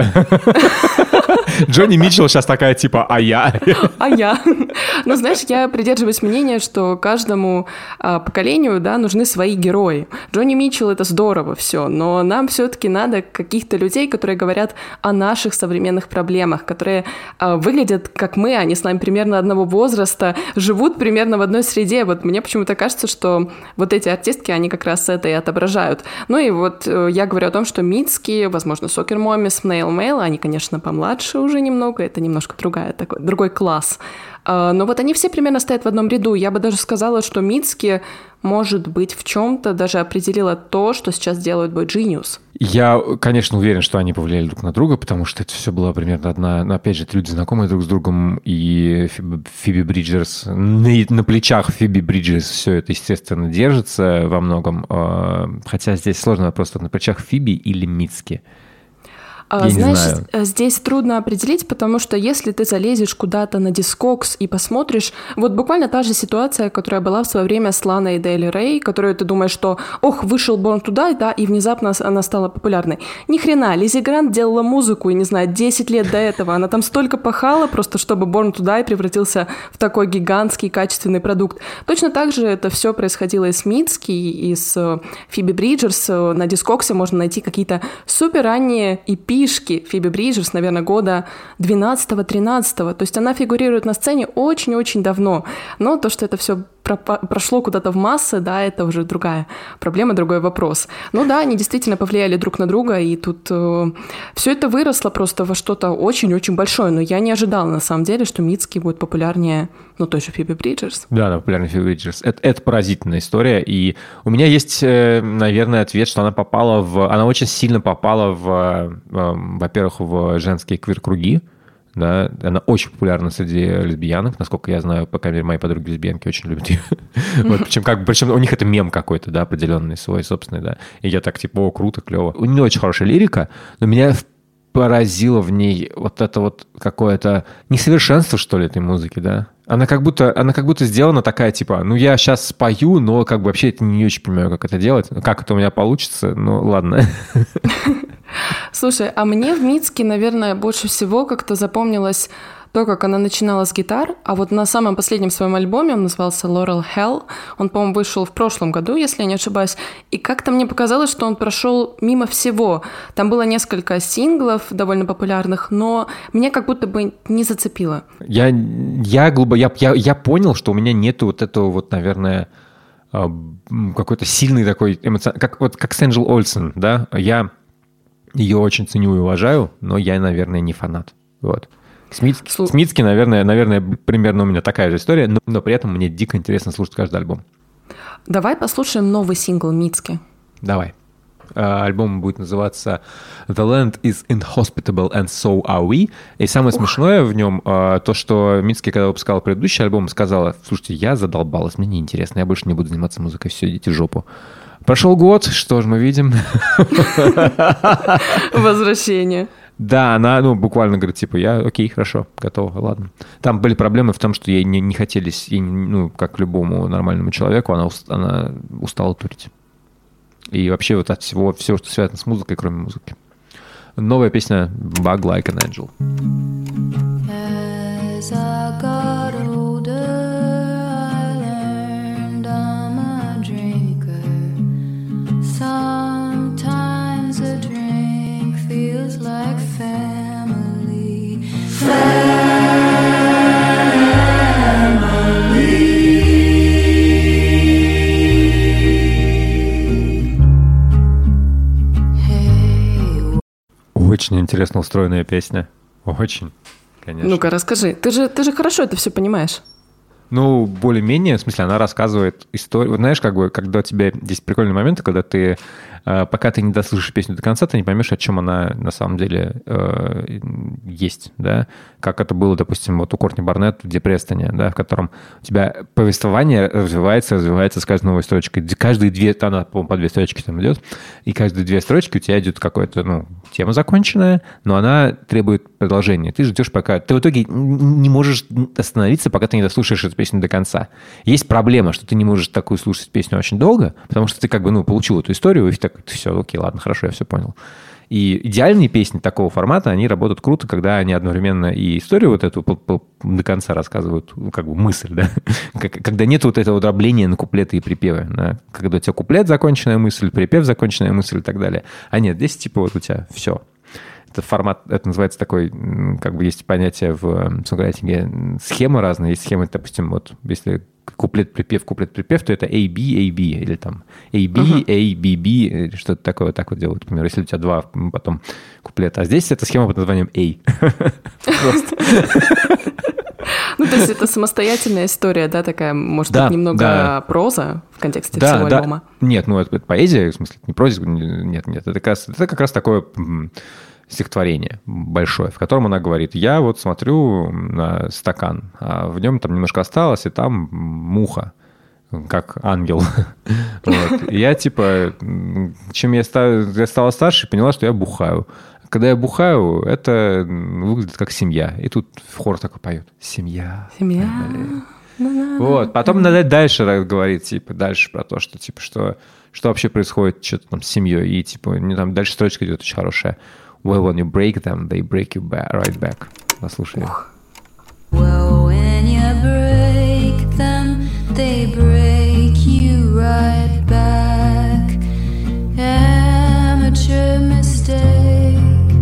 Джонни Митчелл сейчас такая, типа, а я? А я? Ну, знаешь, я придерживаюсь мнения, что каждому а, поколению, да, нужны свои герои. Джонни Митчелл — это здорово все, но нам все-таки надо каких-то людей, которые говорят о наших современных проблемах, которые а, выглядят как мы, они с нами примерно одного возраста, живут примерно в одной среде. Вот мне почему-то кажется, что вот эти артистки, они как раз это и отображают. Ну и вот я говорю о том, что Мицки, возможно, Soccer Mommy, Snail Mail, они, конечно, помладше уже немного, это немножко другая, такой, другой класс. Но вот они все примерно стоят в одном ряду. Я бы даже сказала, что Мицки, может быть, в чем-то даже определила то, что сейчас делает Boy Genius. Я, конечно, уверен, что они повлияли друг на друга, потому что это все было примерно одна... Но, опять же, это люди знакомые друг с другом, и Фиби Бриджерс... На, на плечах Фиби Бриджерс все это, естественно, держится во многом. Хотя здесь сложный вопрос, на плечах Фиби или Мицки. Я Знаешь, здесь трудно определить, потому что если ты залезешь куда-то на Discogs и посмотришь, вот буквально та же ситуация, которая была в свое время с Ланой Дель Рей, которую ты думаешь, что ох, вышел Born to Die, да, и внезапно она стала популярной. Ни хрена, Лиззи Грант делала музыку, и, не знаю, десять лет до этого, она там столько пахала, просто чтобы Born to Die превратился в такой гигантский качественный продукт. Точно так же это все происходило и с Мицки, и с Фиби Бриджерс. На Discogs можно найти какие-то супер ранние и пи Фиби Бриджерс, наверное, года двенадцатого-тринадцатого. То есть она фигурирует на сцене очень-очень давно. Но то, что это все пропа- прошло куда-то в массы, да, это уже другая проблема, другой вопрос. Ну да, они действительно повлияли друг на друга, и тут э, все это выросло просто во что-то очень-очень большое, но я не ожидала на самом деле, что Митски будет популярнее, ну, той же Фиби Бриджерс. Да, да, популярнее Фиби Бриджерс. Это, это поразительная история, и у меня есть, э, наверное, ответ, что она попала в... Она очень сильно попала в, э, э, во-первых, в женские квир-круги. Да, она очень популярна среди лесбиянок, насколько я знаю, по крайней мере, мои подруги лесбиянки очень любят ее. Вот, причем, как, причем у них это мем какой-то, да, определенный, свой собственный, да. И я так, типа, о, круто, клево. У нее очень хорошая лирика, но меня поразило в ней вот это вот какое-то несовершенство, что ли, этой музыки, да. Она как будто, она как будто сделана такая, типа, ну, я сейчас спою, но как бы вообще это не очень понимаю, как это делать. Как это у меня получится, ну, ладно. Слушай, а мне в Митске, наверное, больше всего как-то запомнилось то, как она начинала с гитар, а вот на самом последнем своем альбоме, он назывался Laurel Hell, он, по-моему, вышел в прошлом году, если я не ошибаюсь, и как-то мне показалось, что он прошел мимо всего. Там было несколько синглов довольно популярных, но мне как будто бы не зацепило. Я, я, глубоко, я, я, я понял, что у меня нету вот этого вот, наверное, какой-то сильный такой эмоциональный, как, вот, как с Энджел Олсен, да, я ее очень ценю и уважаю, но я, наверное, не фанат. Вот. Смитски, Слу... Смитски, наверное, наверное, примерно у меня такая же история, но, но при этом мне дико интересно слушать каждый альбом. Давай послушаем новый сингл Митски. Давай. Альбом будет называться «The Land is Inhospitable and So Are We». И самое Ух. смешное в нем то, что Митски, когда выпускала предыдущий альбом, сказала: слушайте, я задолбалась, мне неинтересно, я больше не буду заниматься музыкой, все, идите в жопу. Прошел год, что же мы видим? Возвращение. Да, она, ну, буквально говорит, типа, я, окей, хорошо, готова, ладно. Там были проблемы в том, что ей не, не хотелось, ей, ну, как любому нормальному человеку, она, она устала турить. И вообще вот от всего, всего, что связано с музыкой, кроме музыки. Новая песня «Bug Like an Angel». As I got older, I learned I'm a drinker. Sometimes a drink feels like family. Очень интересно устроенная песня. Очень, конечно. Ну-ка, расскажи. Ты же, ты же хорошо это все понимаешь. Ну, более-менее, в смысле, она рассказывает историю. Вот знаешь, как бы, когда у тебя есть прикольные моменты, когда ты, э, пока ты не дослушаешь песню до конца, ты не поймешь, о чем она на самом деле э, есть, да. Как это было, допустим, вот у Кортни Барнетт в «Депрестоне», да, в котором у тебя повествование развивается, развивается с каждой новой строчкой. Каждые две, она, по-моему, по две строчки там идет, и каждые две строчки у тебя идет какая-то, ну, тема законченная, но она требует продолжения. Ты ждешь, пока... Ты в итоге не можешь остановиться, пока ты не дослушаешь эту песню до конца. Есть проблема, что ты не можешь такую слушать песню очень долго, потому что ты как бы, ну, получил эту историю, и так, все, окей, ладно, хорошо, я все понял. И идеальные песни такого формата, они работают круто, когда они одновременно и историю вот эту до конца рассказывают, ну, как бы мысль, да, когда нет вот этого дробления на куплеты и припевы, да? Когда у тебя куплет законченная мысль, припев законченная мысль и так далее. А нет, здесь типа вот у тебя все. Это формат, это называется такой, как бы есть понятие в сонграйтинге, схемы разные. Есть схемы, допустим, вот если куплет-припев, куплет-припев, то это A B, A B, или там A B, uh-huh. A B, B, или что-то такое, вот так вот делают. Например, если у тебя два потом куплета. А здесь это схема под названием A. Просто. Ну, то есть это самостоятельная история, да, такая, может да, быть, немного да. проза в контексте да, всего да. альбома? Нет, ну это, это поэзия, в смысле, не проза, нет, нет, это как раз, это как раз такое стихотворение большое, в котором она говорит: я вот смотрю на стакан, а в нем там немножко осталось, и там муха, как ангел. Вот. И я типа, чем я, стал, я стала старше, поняла, что я бухаю. Когда я бухаю, это выглядит как семья. И тут хор такой поет: семья. Семья. Вот. Потом надо дальше говорить, типа, дальше про то, что, типа, что, что вообще происходит что-то там с семьей. И, типа, не, там дальше строчка идет очень хорошая. Well, when you break them, they break you back, right back. Послушай. Well, when you break them, they break you right back. Amateur mistake.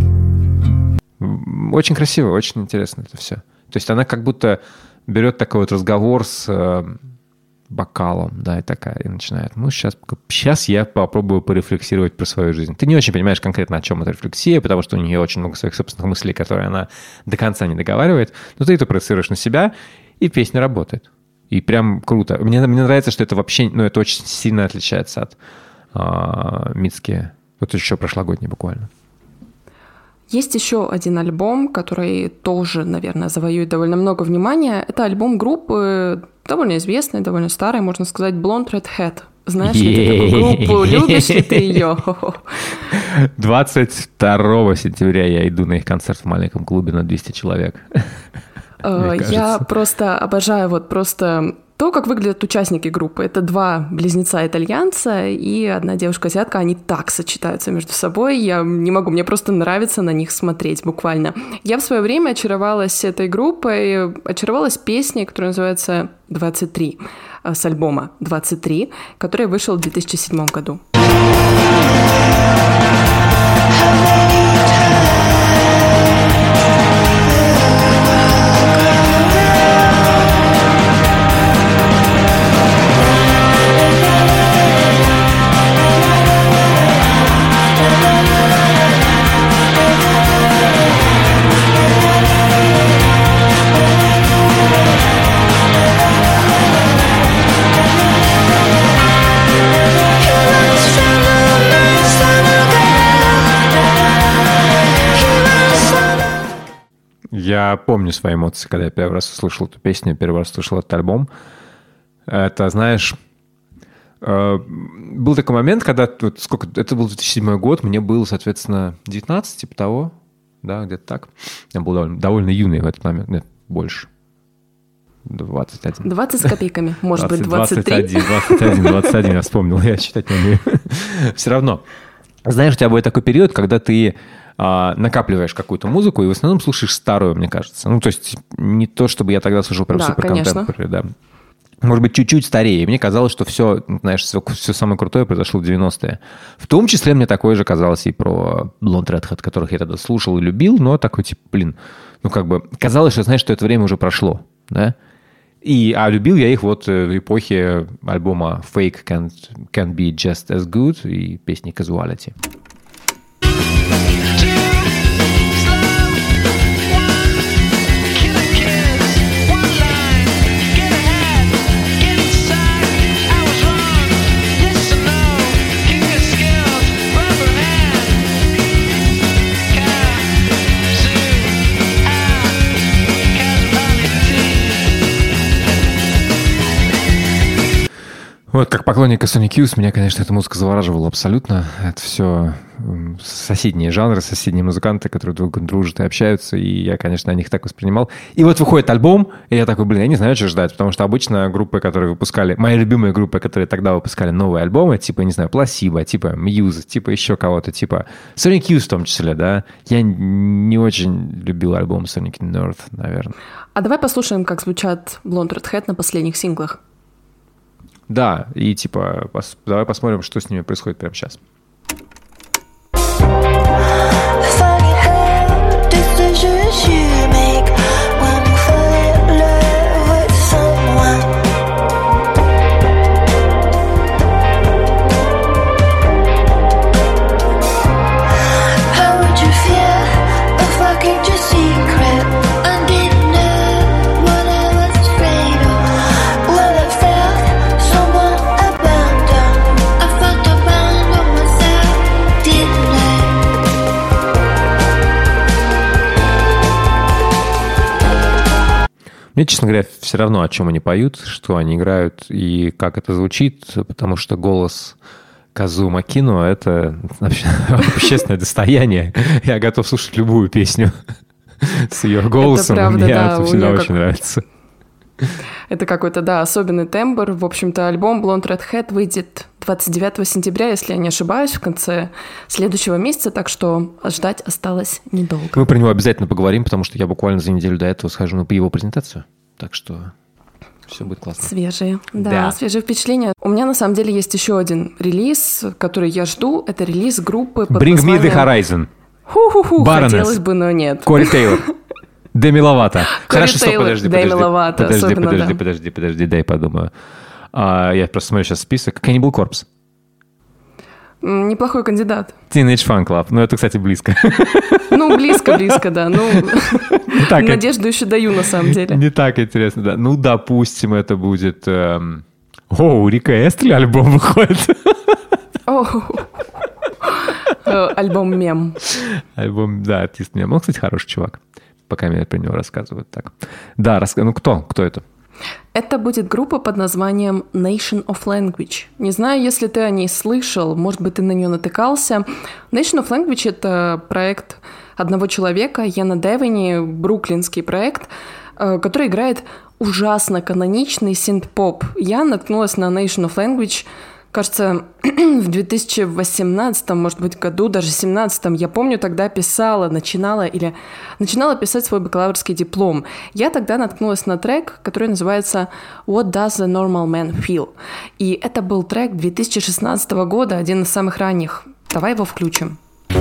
Очень красиво, очень интересно это все. То есть она как будто берет такой вот разговор с бокалом, да, и такая, и начинает, ну, сейчас, сейчас я попробую порефлексировать про свою жизнь. Ты не очень понимаешь конкретно, о чем эта рефлексия, потому что у нее очень много своих собственных мыслей, которые она до конца не договаривает, но ты это проецируешь на себя, и песня работает. И прям круто. Мне, мне нравится, что это вообще, ну, это очень сильно отличается от а, Мицки. Вот еще прошлогодний буквально. Есть еще один альбом, который тоже, наверное, завоюет довольно много внимания. Это альбом группы довольно известной, довольно старой, можно сказать, Blonde Redhead. Знаешь ли ты такую группу? Любишь ли ты ее? двадцать второго сентября я иду на их концерт в маленьком клубе на двести человек. Я просто обожаю вот просто то, как выглядят участники группы. Это два близнеца-итальянца и одна девушка-азиатка. Они так сочетаются между собой. Я не могу, мне просто нравится на них смотреть буквально. Я в свое время очаровалась этой группой, очаровалась песней, которая называется «двадцать три», с альбома «двадцать три», который вышел в две тысячи седьмом году. Я помню свои эмоции, когда я первый раз услышал эту песню, первый раз услышал этот альбом. Это, знаешь, был такой момент, когда... Вот сколько, это был две тысячи седьмой год, мне было, соответственно, девятнадцать, типа того. Да, где-то так. Я был довольно, довольно юный в этот момент. Нет, больше. двадцать один. двадцать с копейками. Может двадцать, быть, двадцать три? двадцать один, двадцать один, двадцать один, я вспомнил. Я считать не умею. Все равно. Знаешь, у тебя будет такой период, когда ты... накапливаешь какую-то музыку и в основном слушаешь старую, мне кажется. Ну, то есть не то, чтобы я тогда слушал прям да, супер контемпорари, да. Может быть, чуть-чуть старее. Мне казалось, что все, знаешь, все, все самое крутое произошло в девяностые. В том числе мне такое же казалось и про Blonde Redhead, которых я тогда слушал и любил, но такой, типа, блин, ну, как бы, казалось, что, знаешь, что это время уже прошло, да? И, а любил я их вот в эпохе альбома Fake Can't, Can't Be Just As Good и песни Casuality. Вот, как поклонника Sonic Youth, меня, конечно, эта музыка завораживала абсолютно. Это все соседние жанры, соседние музыканты, которые друг друга дружат и общаются, и я, конечно, о них так воспринимал. И вот выходит альбом, и я такой, блин, я не знаю, что ждать, потому что обычно группы, которые выпускали, мои любимые группы, которые тогда выпускали новые альбомы, типа, не знаю, Placebo, типа Muse, типа еще кого-то, типа Sonic Youth в том числе, да, я не очень любил альбом Sonic North, наверное. А давай послушаем, как звучат Blonde Redhead на последних синглах. Да, и типа, пос, давай посмотрим, что с ними происходит прямо сейчас. Мне, честно говоря, все равно, о чем они поют, что они играют и как это звучит, потому что голос Казу Макино — это общественное достояние. Я готов слушать любую песню с ее голосом. Это правда, мне да, это всегда очень как... нравится. Это какой-то, да, особенный тембр. В общем-то, альбом Blonde Redhead выйдет двадцать девятого сентября, если я не ошибаюсь, в конце следующего месяца, так что ждать осталось недолго. Мы про него обязательно поговорим, потому что я буквально за неделю до этого схожу на его презентацию, так что все будет классно. Свежие, да, да, свежие впечатления. У меня, на самом деле, есть еще один релиз, который я жду. Это релиз группы под Bring названием... Me The Horizon. Ху-ху-ху, Baroness. хотелось бы, но нет. Кори Тейлор. Деми Ловато. Кори Хорошо, стоп, Тейлор, подожди, Деми подожди. Ловато, Подожди, особенно, подожди, да. подожди, подожди, дай подумаю. А, я просто смотрю сейчас список. Cannibal Corpse. М, Неплохой кандидат. Teenage Fan Club. Ну, это, кстати, близко. Ну, близко-близко, да. Ну, Не так, надежду еще даю, на самом деле. не так интересно, да. Ну, допустим, это будет... эм, О, у Рика Эстли альбом выходит. О, э, альбом «Мем». Альбом, да, артист мем. Он, кстати, хороший чувак. Пока мне про него рассказывают так. Да, рас... ну кто? Кто это? Это будет группа под названием Nation of Language. Не знаю, если ты о ней слышал, может быть, ты на нее натыкался. Nation of Language — это проект одного человека, Яна Девини, бруклинский проект, э, который играет ужасно каноничный синт-поп. Я наткнулась на Nation of Language, кажется, в две тысячи восемнадцатом, может быть, году, даже семнадцатом. Я помню, тогда писала, начинала или начинала писать свой бакалаврский диплом. Я тогда наткнулась на трек, который называется «What does the normal man feel?». И это был трек две тысячи шестнадцатого года, один из самых ранних. Давай его включим.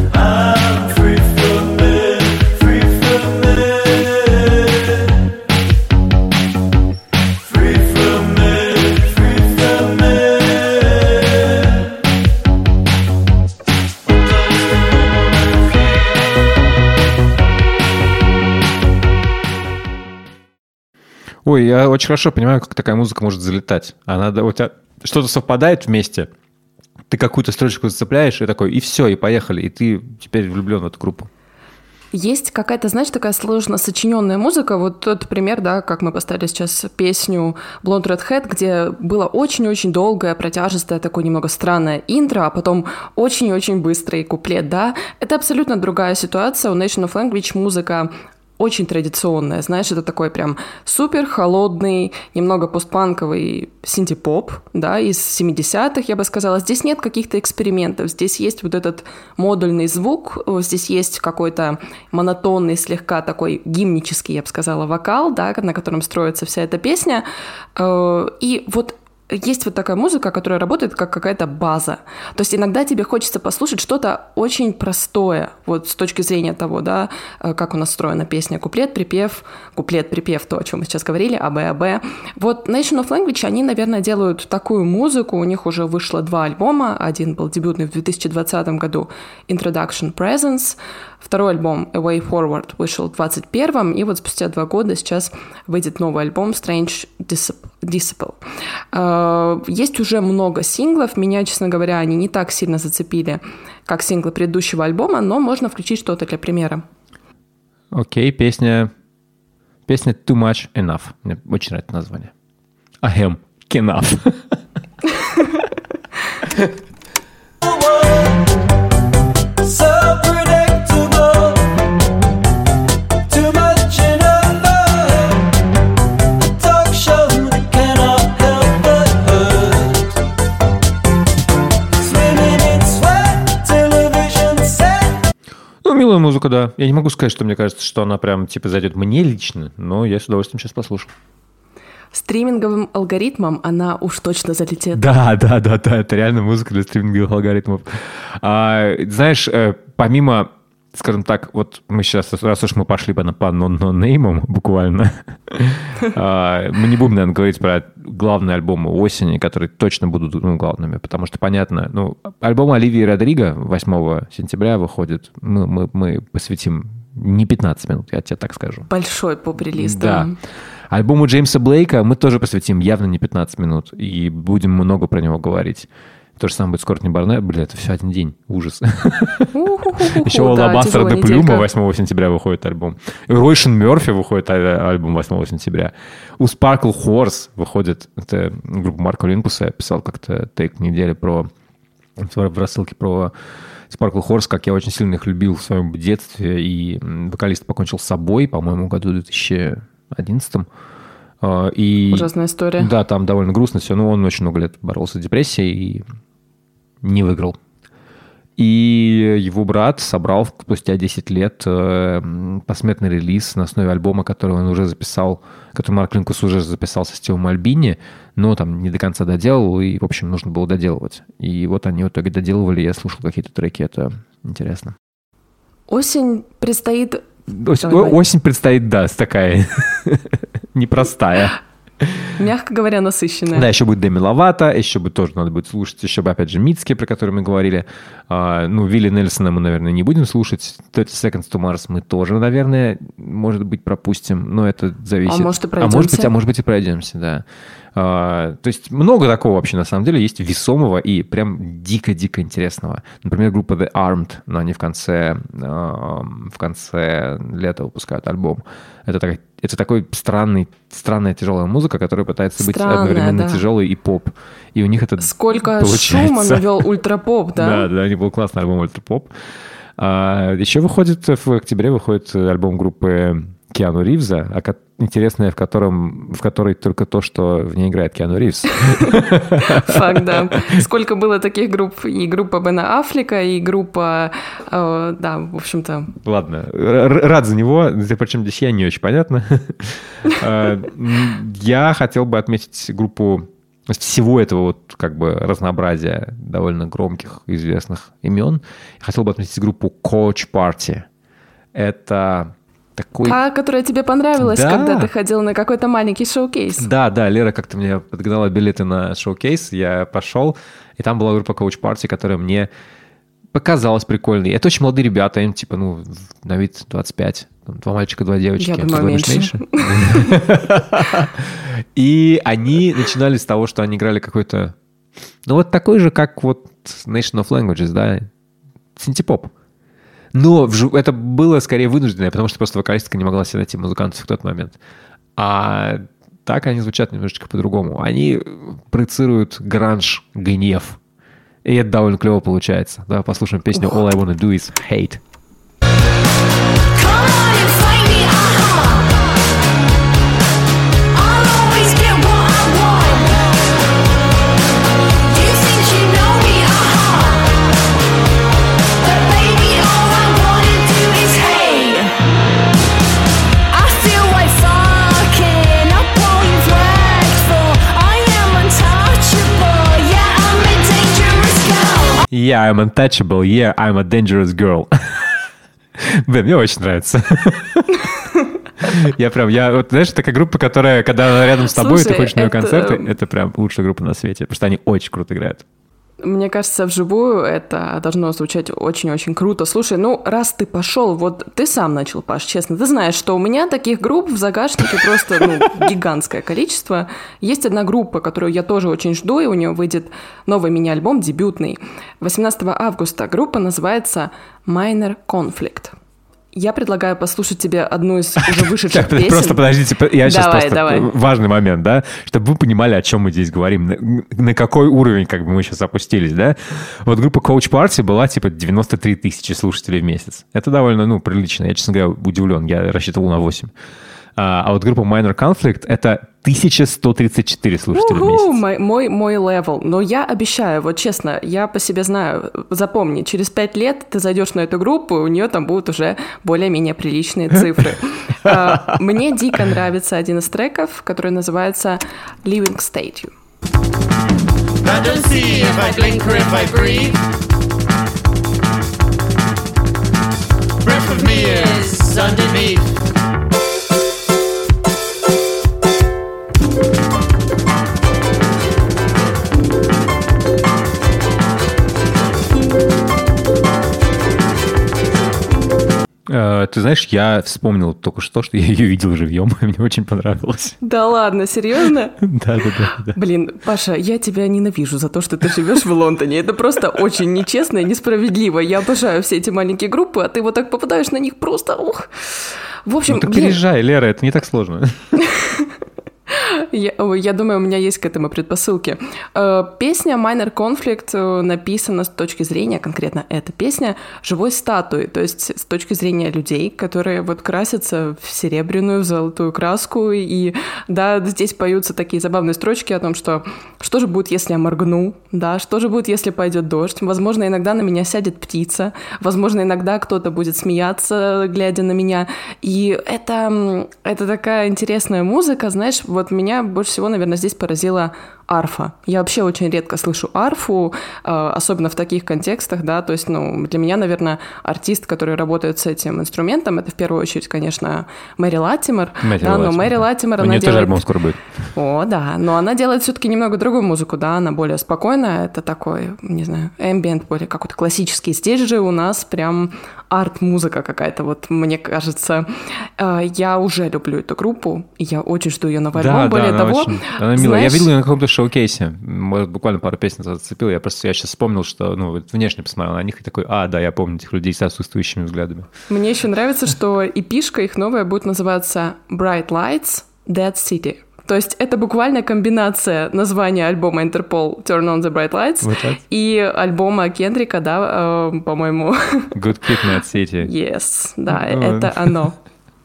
Ой, я очень хорошо понимаю, как такая музыка может залетать. Она, да, у тебя что-то совпадает вместе, ты какую-то строчку зацепляешь, и такой, и все, и поехали, и ты теперь влюблен в эту группу. Есть какая-то, знаешь, такая сложно сочиненная музыка. Вот тот пример, да, как мы поставили сейчас песню Blonde Redhead, где было очень-очень долгое, протяжистое, такое немного странное интро, а потом очень-очень быстрый куплет, да. Это абсолютно другая ситуация. У Nation of Language музыка очень традиционная, знаешь, это такой прям супер холодный, немного постпанковый синти-поп, да, из семидесятых, я бы сказала. Здесь нет каких-то экспериментов, здесь есть вот этот модульный звук, здесь есть какой-то монотонный, слегка такой гимнический, я бы сказала, вокал, да, на котором строится вся эта песня, и вот есть вот такая музыка, которая работает как какая-то база. То есть иногда тебе хочется послушать что-то очень простое, вот с точки зрения того, да, как у нас устроена песня, куплет, припев, куплет, припев, то, о чем мы сейчас говорили, АБ, АБ. Вот Nation of Language, они, наверное, делают такую музыку, у них уже вышло два альбома, один был дебютный в две тысячи двадцатом году, Introduction Presence, второй альбом A Way Forward вышел в двадцать первом, и вот спустя два года сейчас выйдет новый альбом Strange Disciple. Есть уже много синглов, меня, честно говоря, они не так сильно зацепили, как синглы предыдущего альбома, но можно включить что-то для примера. Окей, okay, песня... Песня Too Much Enough. Мне очень нравится название. Ahem, Enough. Милая музыка, да. Я не могу сказать, что мне кажется, что она прям типа зайдет мне лично, но я с удовольствием сейчас послушаю. Стриминговым алгоритмом она уж точно залетит. Да, да, да, да. Это реально музыка для стриминговых алгоритмов. А, знаешь, помимо, скажем так, вот мы сейчас, раз уж мы пошли по, по нон-неймам буквально, мы не будем, наверное, говорить про главные альбомы осени, которые точно будут ну, главными, потому что, понятно, ну, альбом Оливии Родриго восьмого сентября выходит, мы, мы, мы посвятим не пятнадцать минут, я тебе так скажу. Большой поп-релиз, да. да. Альбому Джеймса Блейка мы тоже посвятим явно не пятнадцать минут, и будем много про него говорить. То же самое будет с Кортни Барнетт. Блин, это все один день. Ужас. Еще у Алабастера де Плюма восьмого сентября выходит альбом. У Ройшен Мерфи выходит альбом восьмого сентября. У Sparkle Horse выходит... Это группа Марка Линкуса. Я писал как-то тейк недели про... в рассылке про Sparkle Horse, как я очень сильно их любил в своем детстве. И вокалист покончил с собой, по-моему, в году в две тысячи одиннадцатом. И, ужасная история. Да, там довольно грустно все. Но он очень много лет боролся с депрессией и не выиграл. И его брат собрал спустя десять лет посмертный релиз на основе альбома, который он уже записал, который Марк Линкус уже записал со Стивом Альбини, но там не до конца доделал, и, в общем, нужно было доделывать. И вот они в итоге доделывали, я слушал какие-то треки, это интересно. Осень предстоит... Осень, осень предстоит, да, такая непростая. Мягко говоря, насыщенная. Да, еще будет Деми Ловато, еще бы тоже надо будет слушать, еще бы, опять же, Мицки, про который мы говорили. А, ну, Вилли Нельсона мы, наверное, не будем слушать. тридцать Seconds to Mars мы тоже, наверное, может быть, пропустим, но это зависит. А может, и пройдемся. А может быть, а может быть и пройдемся, да. А, то есть много такого вообще, на самом деле, есть весомого и прям дико-дико интересного. Например, группа The Armed, но они в конце, а, в конце лета выпускают альбом. Это, так, это такой странный, странная тяжелая музыка, которая пытается Странная, быть одновременно да. тяжелой и поп. И у них это Сколько получается. шума навел ультрапоп, да? Да, да, у них был классный альбом ультрапоп. А, еще выходит, в октябре выходит альбом группы Киану Ривза, а ко- интересное, в котором, в которой только то, что в ней играет Киану Ривз. Факт, да. Сколько было таких групп, и группа Бена Аффлека, и группа, э, да, в общем-то... Ладно, р- рад за него, причем здесь я не очень понятно. Я хотел бы отметить группу всего этого вот как бы разнообразия довольно громких, известных имен. Я хотел бы отметить группу Coach Party. Это... Такой... Та, которая тебе понравилась, Да. когда ты ходил на какой-то маленький шоу-кейс. Да, да, Лера как-то мне подгнала билеты на шоу-кейс, я пошел, и там была группа Coach Party, которая мне показалась прикольной. Это очень молодые ребята, им типа, ну, на вид двадцать пять, там, два мальчика, два девочки. Я а думаю, ты меньше. И они начинали с того, что они играли какой-то, ну, вот такой же, как вот Nation of Languages, да, синтепоп. Но вжив... это было скорее вынужденное, потому что просто вокалистка не могла себе найти музыкантов в тот момент. А так они звучат немножечко по-другому. Они проецируют гранж, гнев. И это довольно клево получается. Давай послушаем песню All I Wanna Do Is Hate. Yeah, I'm untouchable. Yeah, I'm a dangerous girl. Блин, мне очень нравится. Я прям, я, вот, знаешь, такая группа, которая, когда она рядом с тобой, Слушай, ты ходишь на ее это- концерты, это прям лучшая группа на свете, потому что они очень круто играют. Мне кажется, вживую это должно звучать очень-очень круто. Слушай, ну, раз ты пошел, вот ты сам начал, Паш, честно, ты знаешь, что у меня таких групп в загашнике просто, ну, гигантское количество. Есть одна группа, которую я тоже очень жду, и у нее выйдет новый мини-альбом, дебютный. восемнадцатого августа. Группа называется Minor Conflict. Я предлагаю послушать тебе одну из уже вышедших Так, песен. просто подождите, я сейчас Давай, просто... давай. Важный момент, да, чтобы вы понимали, о чем мы здесь говорим, на, на какой уровень как бы мы сейчас опустились, да. Вот группа Coach Party была типа девяносто три тысячи слушателей в месяц. Это довольно, ну, прилично. Я, честно говоря, удивлен, я рассчитывал на восемь. А, а вот группа Minor Conflict — это тысяча сто тридцать четыре слушателя в Уху, месяц. мой, мой, мой левел. Но я обещаю, вот честно, я по себе знаю, запомни, через пять лет ты зайдешь на эту группу, и у нее там будут уже более-менее приличные цифры. А, Мне дико нравится один из треков, который называется «Living State». I don't see if I blink or if I breathe. Breath of me is underneath. Э, Ты знаешь, я вспомнил только что, что я ее видел живьем, и мне очень понравилось. Да ладно, серьезно? Да, да, да, да. Блин, Паша, я тебя ненавижу за то, что ты живешь в Лондоне. Это просто очень нечестно и несправедливо. Я обожаю все эти маленькие группы, а ты вот так попадаешь на них просто... Ух. В общем, Ну так блин, переезжай, Лера, это не так сложно. Я, ой, я думаю, у меня есть к этому предпосылки. Э, Песня Minor Conflict э, написана с точки зрения, конкретно эта песня, живой статуи, то есть с точки зрения людей, которые вот красятся в серебряную, в золотую краску, и да, здесь поются такие забавные строчки о том, что что же будет, если я моргну, да, что же будет, если пойдет дождь, возможно, иногда на меня сядет птица, возможно, иногда кто-то будет смеяться, глядя на меня, и это, это такая интересная музыка, знаешь, вот меня больше всего, наверное, здесь поразила арфа. Я вообще очень редко слышу арфу, особенно в таких контекстах, да, то есть, ну, для меня, наверное, артист, который работает с этим инструментом, это в первую очередь, конечно, Мэри Латимер, Мэри да, но Латимер, Мэри да. Латимер, У она нее делает... тоже альбом скоро будет. О, да, но она делает все-таки немного другую музыку, да, она более спокойная, это такой, не знаю, эмбиент, более какой-то классический. Здесь же у нас прям арт-музыка какая-то, вот мне кажется. Я уже люблю эту группу, и я очень жду ее новый Да, альбом. да, Более она того, очень... Она милая. знаешь... Я видел ее на каком-то шоу-кейсе. Может, буквально пару песен зацепил. Я просто я сейчас вспомнил, что ну, вот внешне посмотрел на них и такой, а, да, я помню этих людей с отсутствующими взглядами. Мне еще нравится, что эпишка их новая будет называться Bright Lights, Dead City. То есть это буквально комбинация названия альбома Интерпол Turn on the Bright Lights Вот так? и альбома Кендрика, да, э, по-моему. Good Kid, Mad City. Yes, да, Ну, это оно.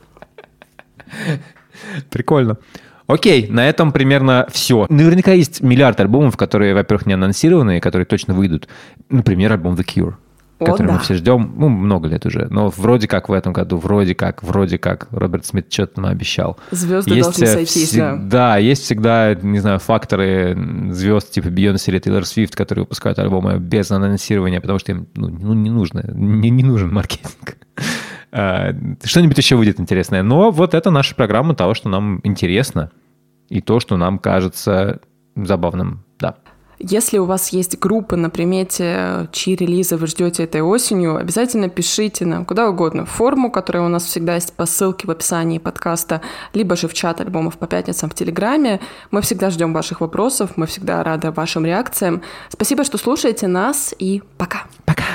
Прикольно. Окей, на этом примерно все. Наверняка есть миллиард альбомов, которые, во-первых, не анонсированы, и которые точно выйдут. Например, альбом The Cure, О, который да. мы все ждем, ну, много лет уже. Но вроде как в этом году, вроде как, вроде как Роберт Смит что-то нам обещал. Звезды Есть должны сойтись, всег- да. Да, есть всегда, не знаю, факторы звезд типа Бейонсе или Тейлор Свифт, которые выпускают альбомы без анонсирования, потому что им ну, ну, не нужно, не, не нужен маркетинг. А, Что-нибудь еще выйдет интересное. Но вот это наша программа того, что нам интересно, и то, что нам кажется забавным. Да. Если у вас есть группы на примете, чьи релизы вы ждете этой осенью, обязательно пишите нам куда угодно в форму, которая у нас всегда есть по ссылке в описании подкаста, либо же в чат альбомов по пятницам в Телеграме. Мы всегда ждем ваших вопросов, мы всегда рады вашим реакциям. Спасибо, что слушаете нас, и пока. Пока.